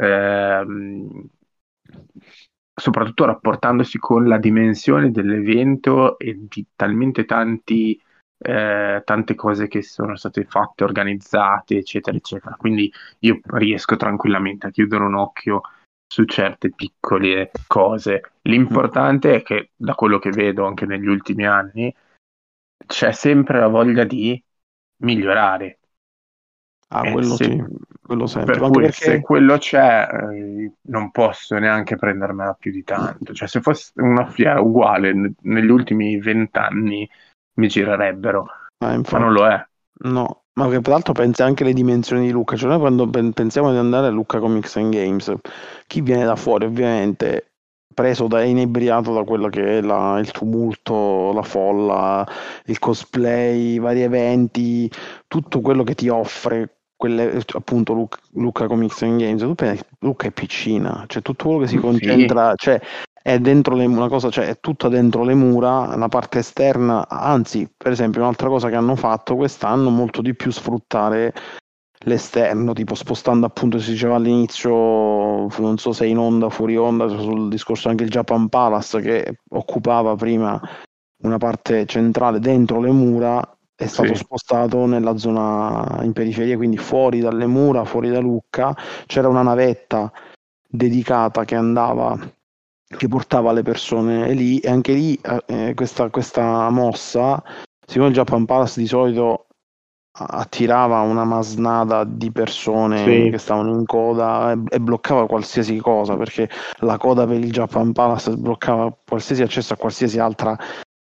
Soprattutto rapportandosi con la dimensione dell'evento e di talmente tante cose che sono state fatte, organizzate, eccetera, eccetera. Quindi io riesco tranquillamente a chiudere un occhio su certe piccole cose. L'importante è che, da quello che vedo anche negli ultimi anni, c'è sempre la voglia di migliorare. Quello sì, quello sempre. Per Anche cui se perché quello c'è, non posso neanche prendermela più di tanto. Cioè, se fosse una fiera uguale negli ultimi 20 anni mi girerebbero, ma non infatti, lo è. No, ma che peraltro pensi anche alle dimensioni di Lucca, cioè noi quando pensiamo di andare a Lucca Comics and Games, chi viene da fuori ovviamente preso da inebriato da quello che è il tumulto, la folla, il cosplay, i vari eventi, tutto quello che ti offre appunto Lucca Comics and Games, tu pensi, Lucca è piccina, cioè tutto quello che si Sì, concentra, cioè è dentro una cosa, cioè è tutta dentro le mura, la parte esterna, anzi, per esempio, un'altra cosa che hanno fatto quest'anno molto di più sfruttare l'esterno, tipo spostando appunto, si diceva all'inizio, non so se in onda, fuori onda, sul discorso anche il Japan Palace che occupava prima una parte centrale dentro le mura, è stato sì, spostato nella zona in periferia, quindi fuori dalle mura, fuori da Lucca, c'era una navetta dedicata che portava le persone lì, e anche lì questa mossa, siccome il Japan Palace di solito attirava una masnada di persone sì, che stavano in coda e bloccava qualsiasi cosa, perché la coda per il Japan Palace bloccava qualsiasi accesso a qualsiasi altra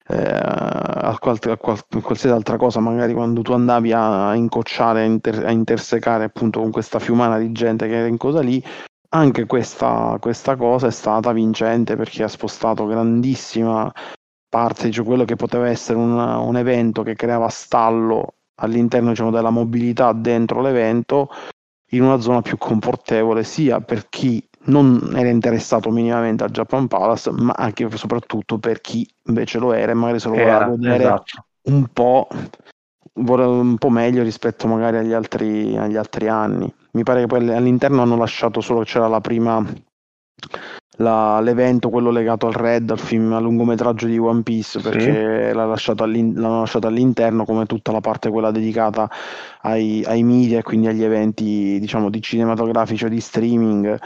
qualsiasi altra cosa, magari quando tu andavi a incocciare, a intersecare appunto con questa fiumana di gente che era in coda lì. Anche questa cosa è stata vincente perché ha spostato grandissima parte, cioè quello che poteva essere un evento che creava stallo all'interno, diciamo, della mobilità dentro l'evento, in una zona più confortevole sia per chi non era interessato minimamente al Japan Palace, ma anche e soprattutto per chi invece lo era e magari se lo voleva godere esatto. un po', un po' meglio rispetto magari agli altri anni. Mi pare che poi all'interno hanno lasciato solo, c'era la prima, l'evento, quello legato al Red, al film, al lungometraggio di One Piece, Sì, perché l'hanno lasciato all'interno come tutta la parte quella dedicata ai media e quindi agli eventi, diciamo, di cinematografici o di streaming.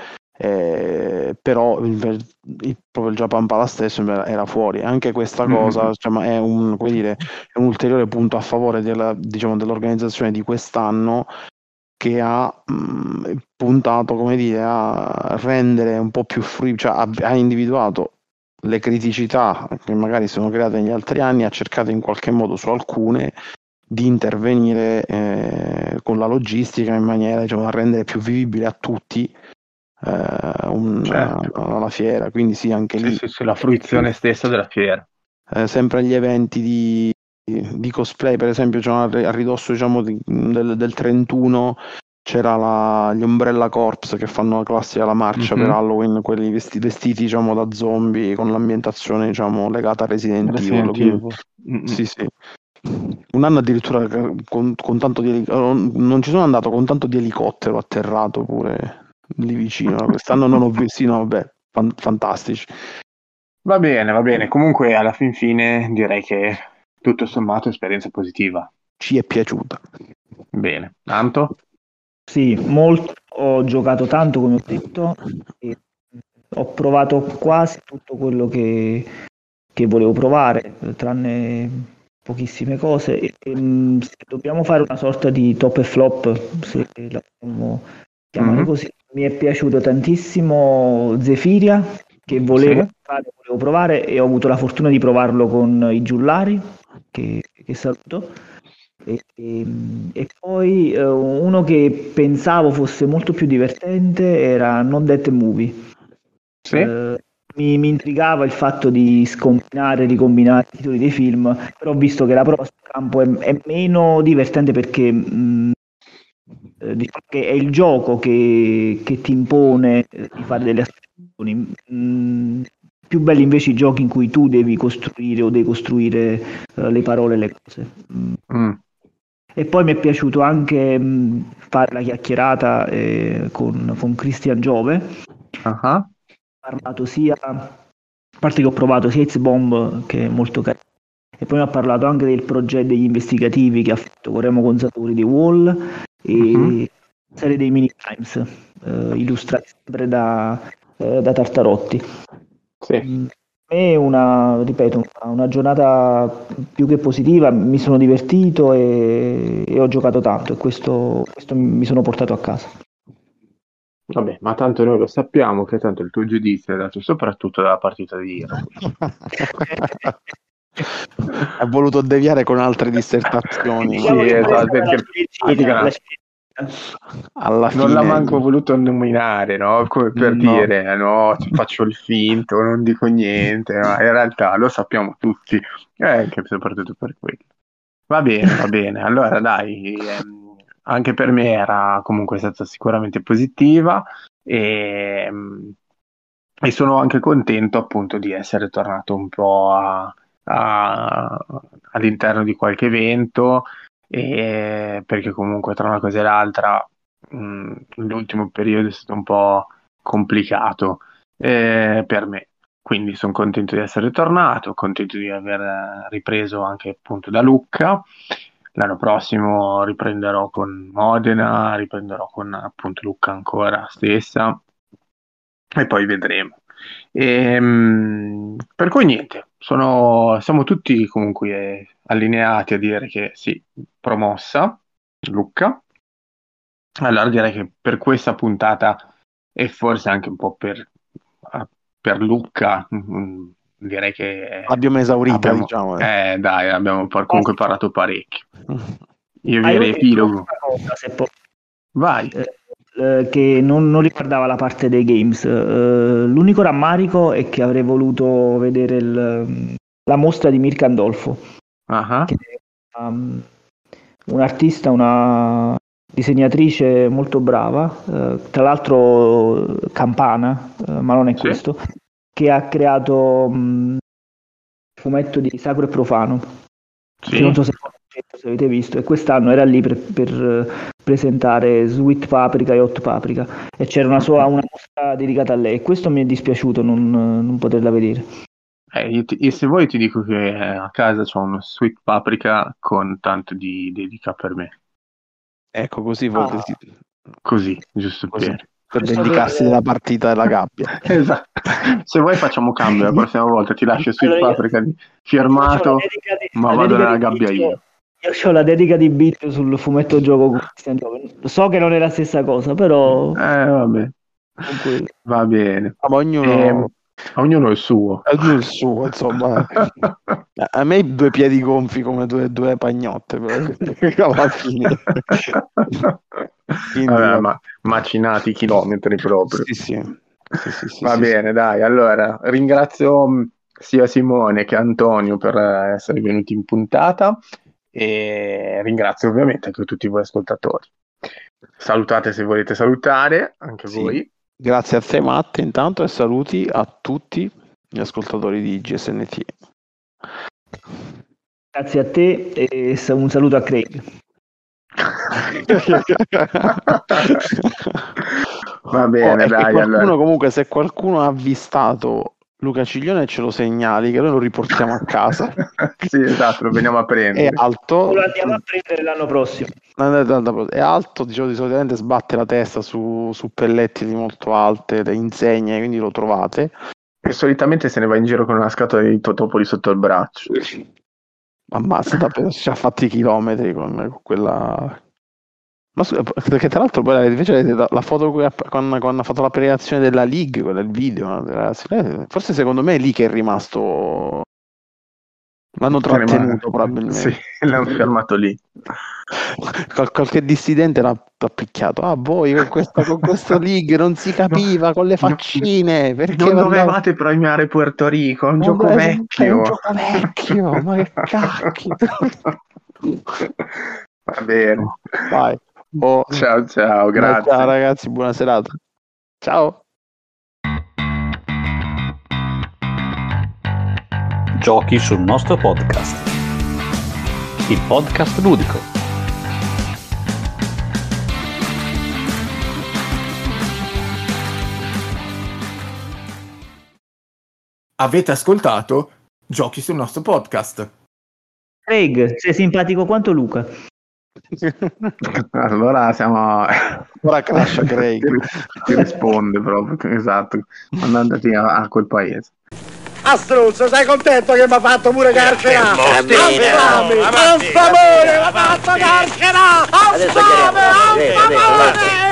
Però proprio il Japan Palace stesso era fuori. Anche questa mm, mm, cosa, mm. diciamo, è come dire, è un ulteriore punto a favore diciamo, dell'organizzazione di quest'anno, che ha puntato, come dire, a rendere un po' più fruibile, cioè ha individuato le criticità che magari sono create negli altri anni, ha cercato in qualche modo su alcune di intervenire con la logistica in maniera, diciamo, da rendere più vivibile a tutti Certo. la fiera. Quindi sì, anche Sì, lì sì, sì, la fruizione stessa della fiera. sempre agli eventi di cosplay, per esempio, a ridosso, diciamo, del 31 c'era gli Umbrella Corps che fanno la classica, la marcia per Mhm. Halloween, quelli vestiti, diciamo, da zombie con l'ambientazione, diciamo, legata a Resident Evil. Resident Quindi Evil. Mm, mm. sì, sì. Un anno addirittura con tanto non ci sono andato, con tanto di elicottero atterrato pure lì vicino. Quest'anno non ho visto, sì, no, vabbè, fantastici. Va bene, va bene. Comunque, alla fin fine direi che tutto sommato esperienza positiva. Ci è piaciuta. Bene. Anto? Sì, molto, ho giocato tanto come ho detto e ho provato quasi tutto quello che volevo provare, tranne pochissime cose. Se dobbiamo fare una sorta di top e flop, se la possiamo chiamare Mhm. così, mi è piaciuto tantissimo Zephyria, che Sì? volevo provare e ho avuto la fortuna di provarlo con i Giullari, che saluto. E poi uno che pensavo fosse molto più divertente era Not Dead Movie. Sì? Eh, mi intrigava il fatto di scombinare e ricombinare i titoli dei film, però ho visto che la prova sul campo è meno divertente perché diciamo che è il gioco che ti impone di fare delle azioni. Più belli invece i giochi in cui tu devi costruire o decostruire le parole e le cose. Mm. E poi mi è piaciuto anche fare la chiacchierata con Christian Giove. Ah. Ho parlato sia, a parte che ho provato sia It's Bomb, che è molto carino, e poi mi ha parlato anche del progetto degli investigativi che ha fatto con Remo Gonzatori di Wall Mhm. e la serie dei Mini Times, illustrati sempre da Tartarotti. Sì. È ripeto, una giornata più che positiva, mi sono divertito e ho giocato tanto e questo mi sono portato a casa. Vabbè, ma tanto noi lo sappiamo che tanto il tuo giudizio è dato soprattutto dalla partita di ieri. Ha voluto deviare con altre dissertazioni. Sì, esatto, perché alla fine non l'ha manco voluto nominare, no? Come per dire, no, faccio il finto, non dico niente, ma in realtà lo sappiamo tutti, anche soprattutto per quello. Va bene, allora dai, anche per me era comunque stata sicuramente positiva e sono anche contento appunto di essere tornato un po' all'interno di qualche evento, perché comunque tra una cosa e l'altra l'ultimo periodo è stato un po' complicato per me, quindi sono contento di essere tornato, contento di aver ripreso anche appunto da Lucca. L'anno prossimo riprenderò con Modena, riprenderò con appunto Lucca ancora stessa e poi vedremo. Per cui niente, siamo tutti comunque allineati a dire che sì, promossa Lucca. Allora direi che per questa puntata e forse anche un po' per Lucca, direi che l'abbiamo esaurita, diciamo. Dai, abbiamo comunque parlato parecchio. Io vi riepilogo. Vai. Che non riguardava la parte dei games. L'unico rammarico è che avrei voluto vedere la mostra di Mirka Andolfo, che è un'artista, una disegnatrice molto brava, tra l'altro campana, ma non è questo, che ha creato un fumetto di Sacro e Profano, che non so se avete visto, e quest'anno era lì per presentare Sweet Paprika e Hot Paprika, e c'era una mostra dedicata a lei, e questo mi è dispiaciuto non poterla vedere. Se vuoi ti dico che a casa c'ho uno Sweet Paprika con tanto di dedica per me. Ecco, così così, giusto per vendicarsi della partita della gabbia. Esatto. Se vuoi facciamo cambio, la prossima volta ti lascio Sweet Paprika firmato, ma vado nella gabbia io. Io ho la dedica di Bit sul fumetto gioco con Christian Joven. So che non è la stessa cosa, però vabbè. Va bene. Ma ognuno il suo. Ognuno il suo, insomma. A me i 2 piedi gonfi come due pagnotte, alla fine. Quindi, vabbè, macinati chilometri proprio. Sì. Va bene, dai. Allora, ringrazio sia Simone che Antonio per essere venuti in puntata e ringrazio ovviamente anche tutti voi ascoltatori. Salutate se volete salutare, anche voi. Grazie a te Matte intanto, e saluti a tutti gli ascoltatori di GSNT. Grazie a te e un saluto a Craig. Va bene, dai. Allora. Comunque, se qualcuno ha avvistato Luca Ciglione, ce lo segnali che noi lo riportiamo a casa. Sì, esatto, lo veniamo a prendere. È alto. Lo andiamo a prendere l'anno prossimo. È alto, diciamo, di solitamente sbatte la testa su pelletti di molto alte, le insegne, quindi lo trovate. E solitamente se ne va in giro con una scatola di totopoli sotto il braccio. Ammazza, davvero, ci ha fatti chilometri con quella. Ma perché tra l'altro poi invece la foto quando ha fatto la prelezione della League, quella del video, forse secondo me è lì che è rimasto. L'hanno trattenuto probabilmente. Sì, l'hanno fermato lì. Qualche dissidente l'ha picchiato. Voi con questo League non si capiva, con le faccine. Perché non dovevate premiare Puerto Rico, è un gioco vecchio. È un gioco vecchio, ma che cacchio. Va bene. Vai. Ciao, grazie. Ciao ragazzi, buona serata. Ciao. Giochi sul nostro podcast. Il podcast ludico. Avete ascoltato Giochi sul nostro podcast. Craig, sei simpatico quanto Luca. Allora siamo. Ora crash Craig. Ti risponde proprio, esatto, andati a quel paese. Astruzzo, sei contento che mi ha fatto pure carcera? Affamore, mi ha fatto carcera! Affame!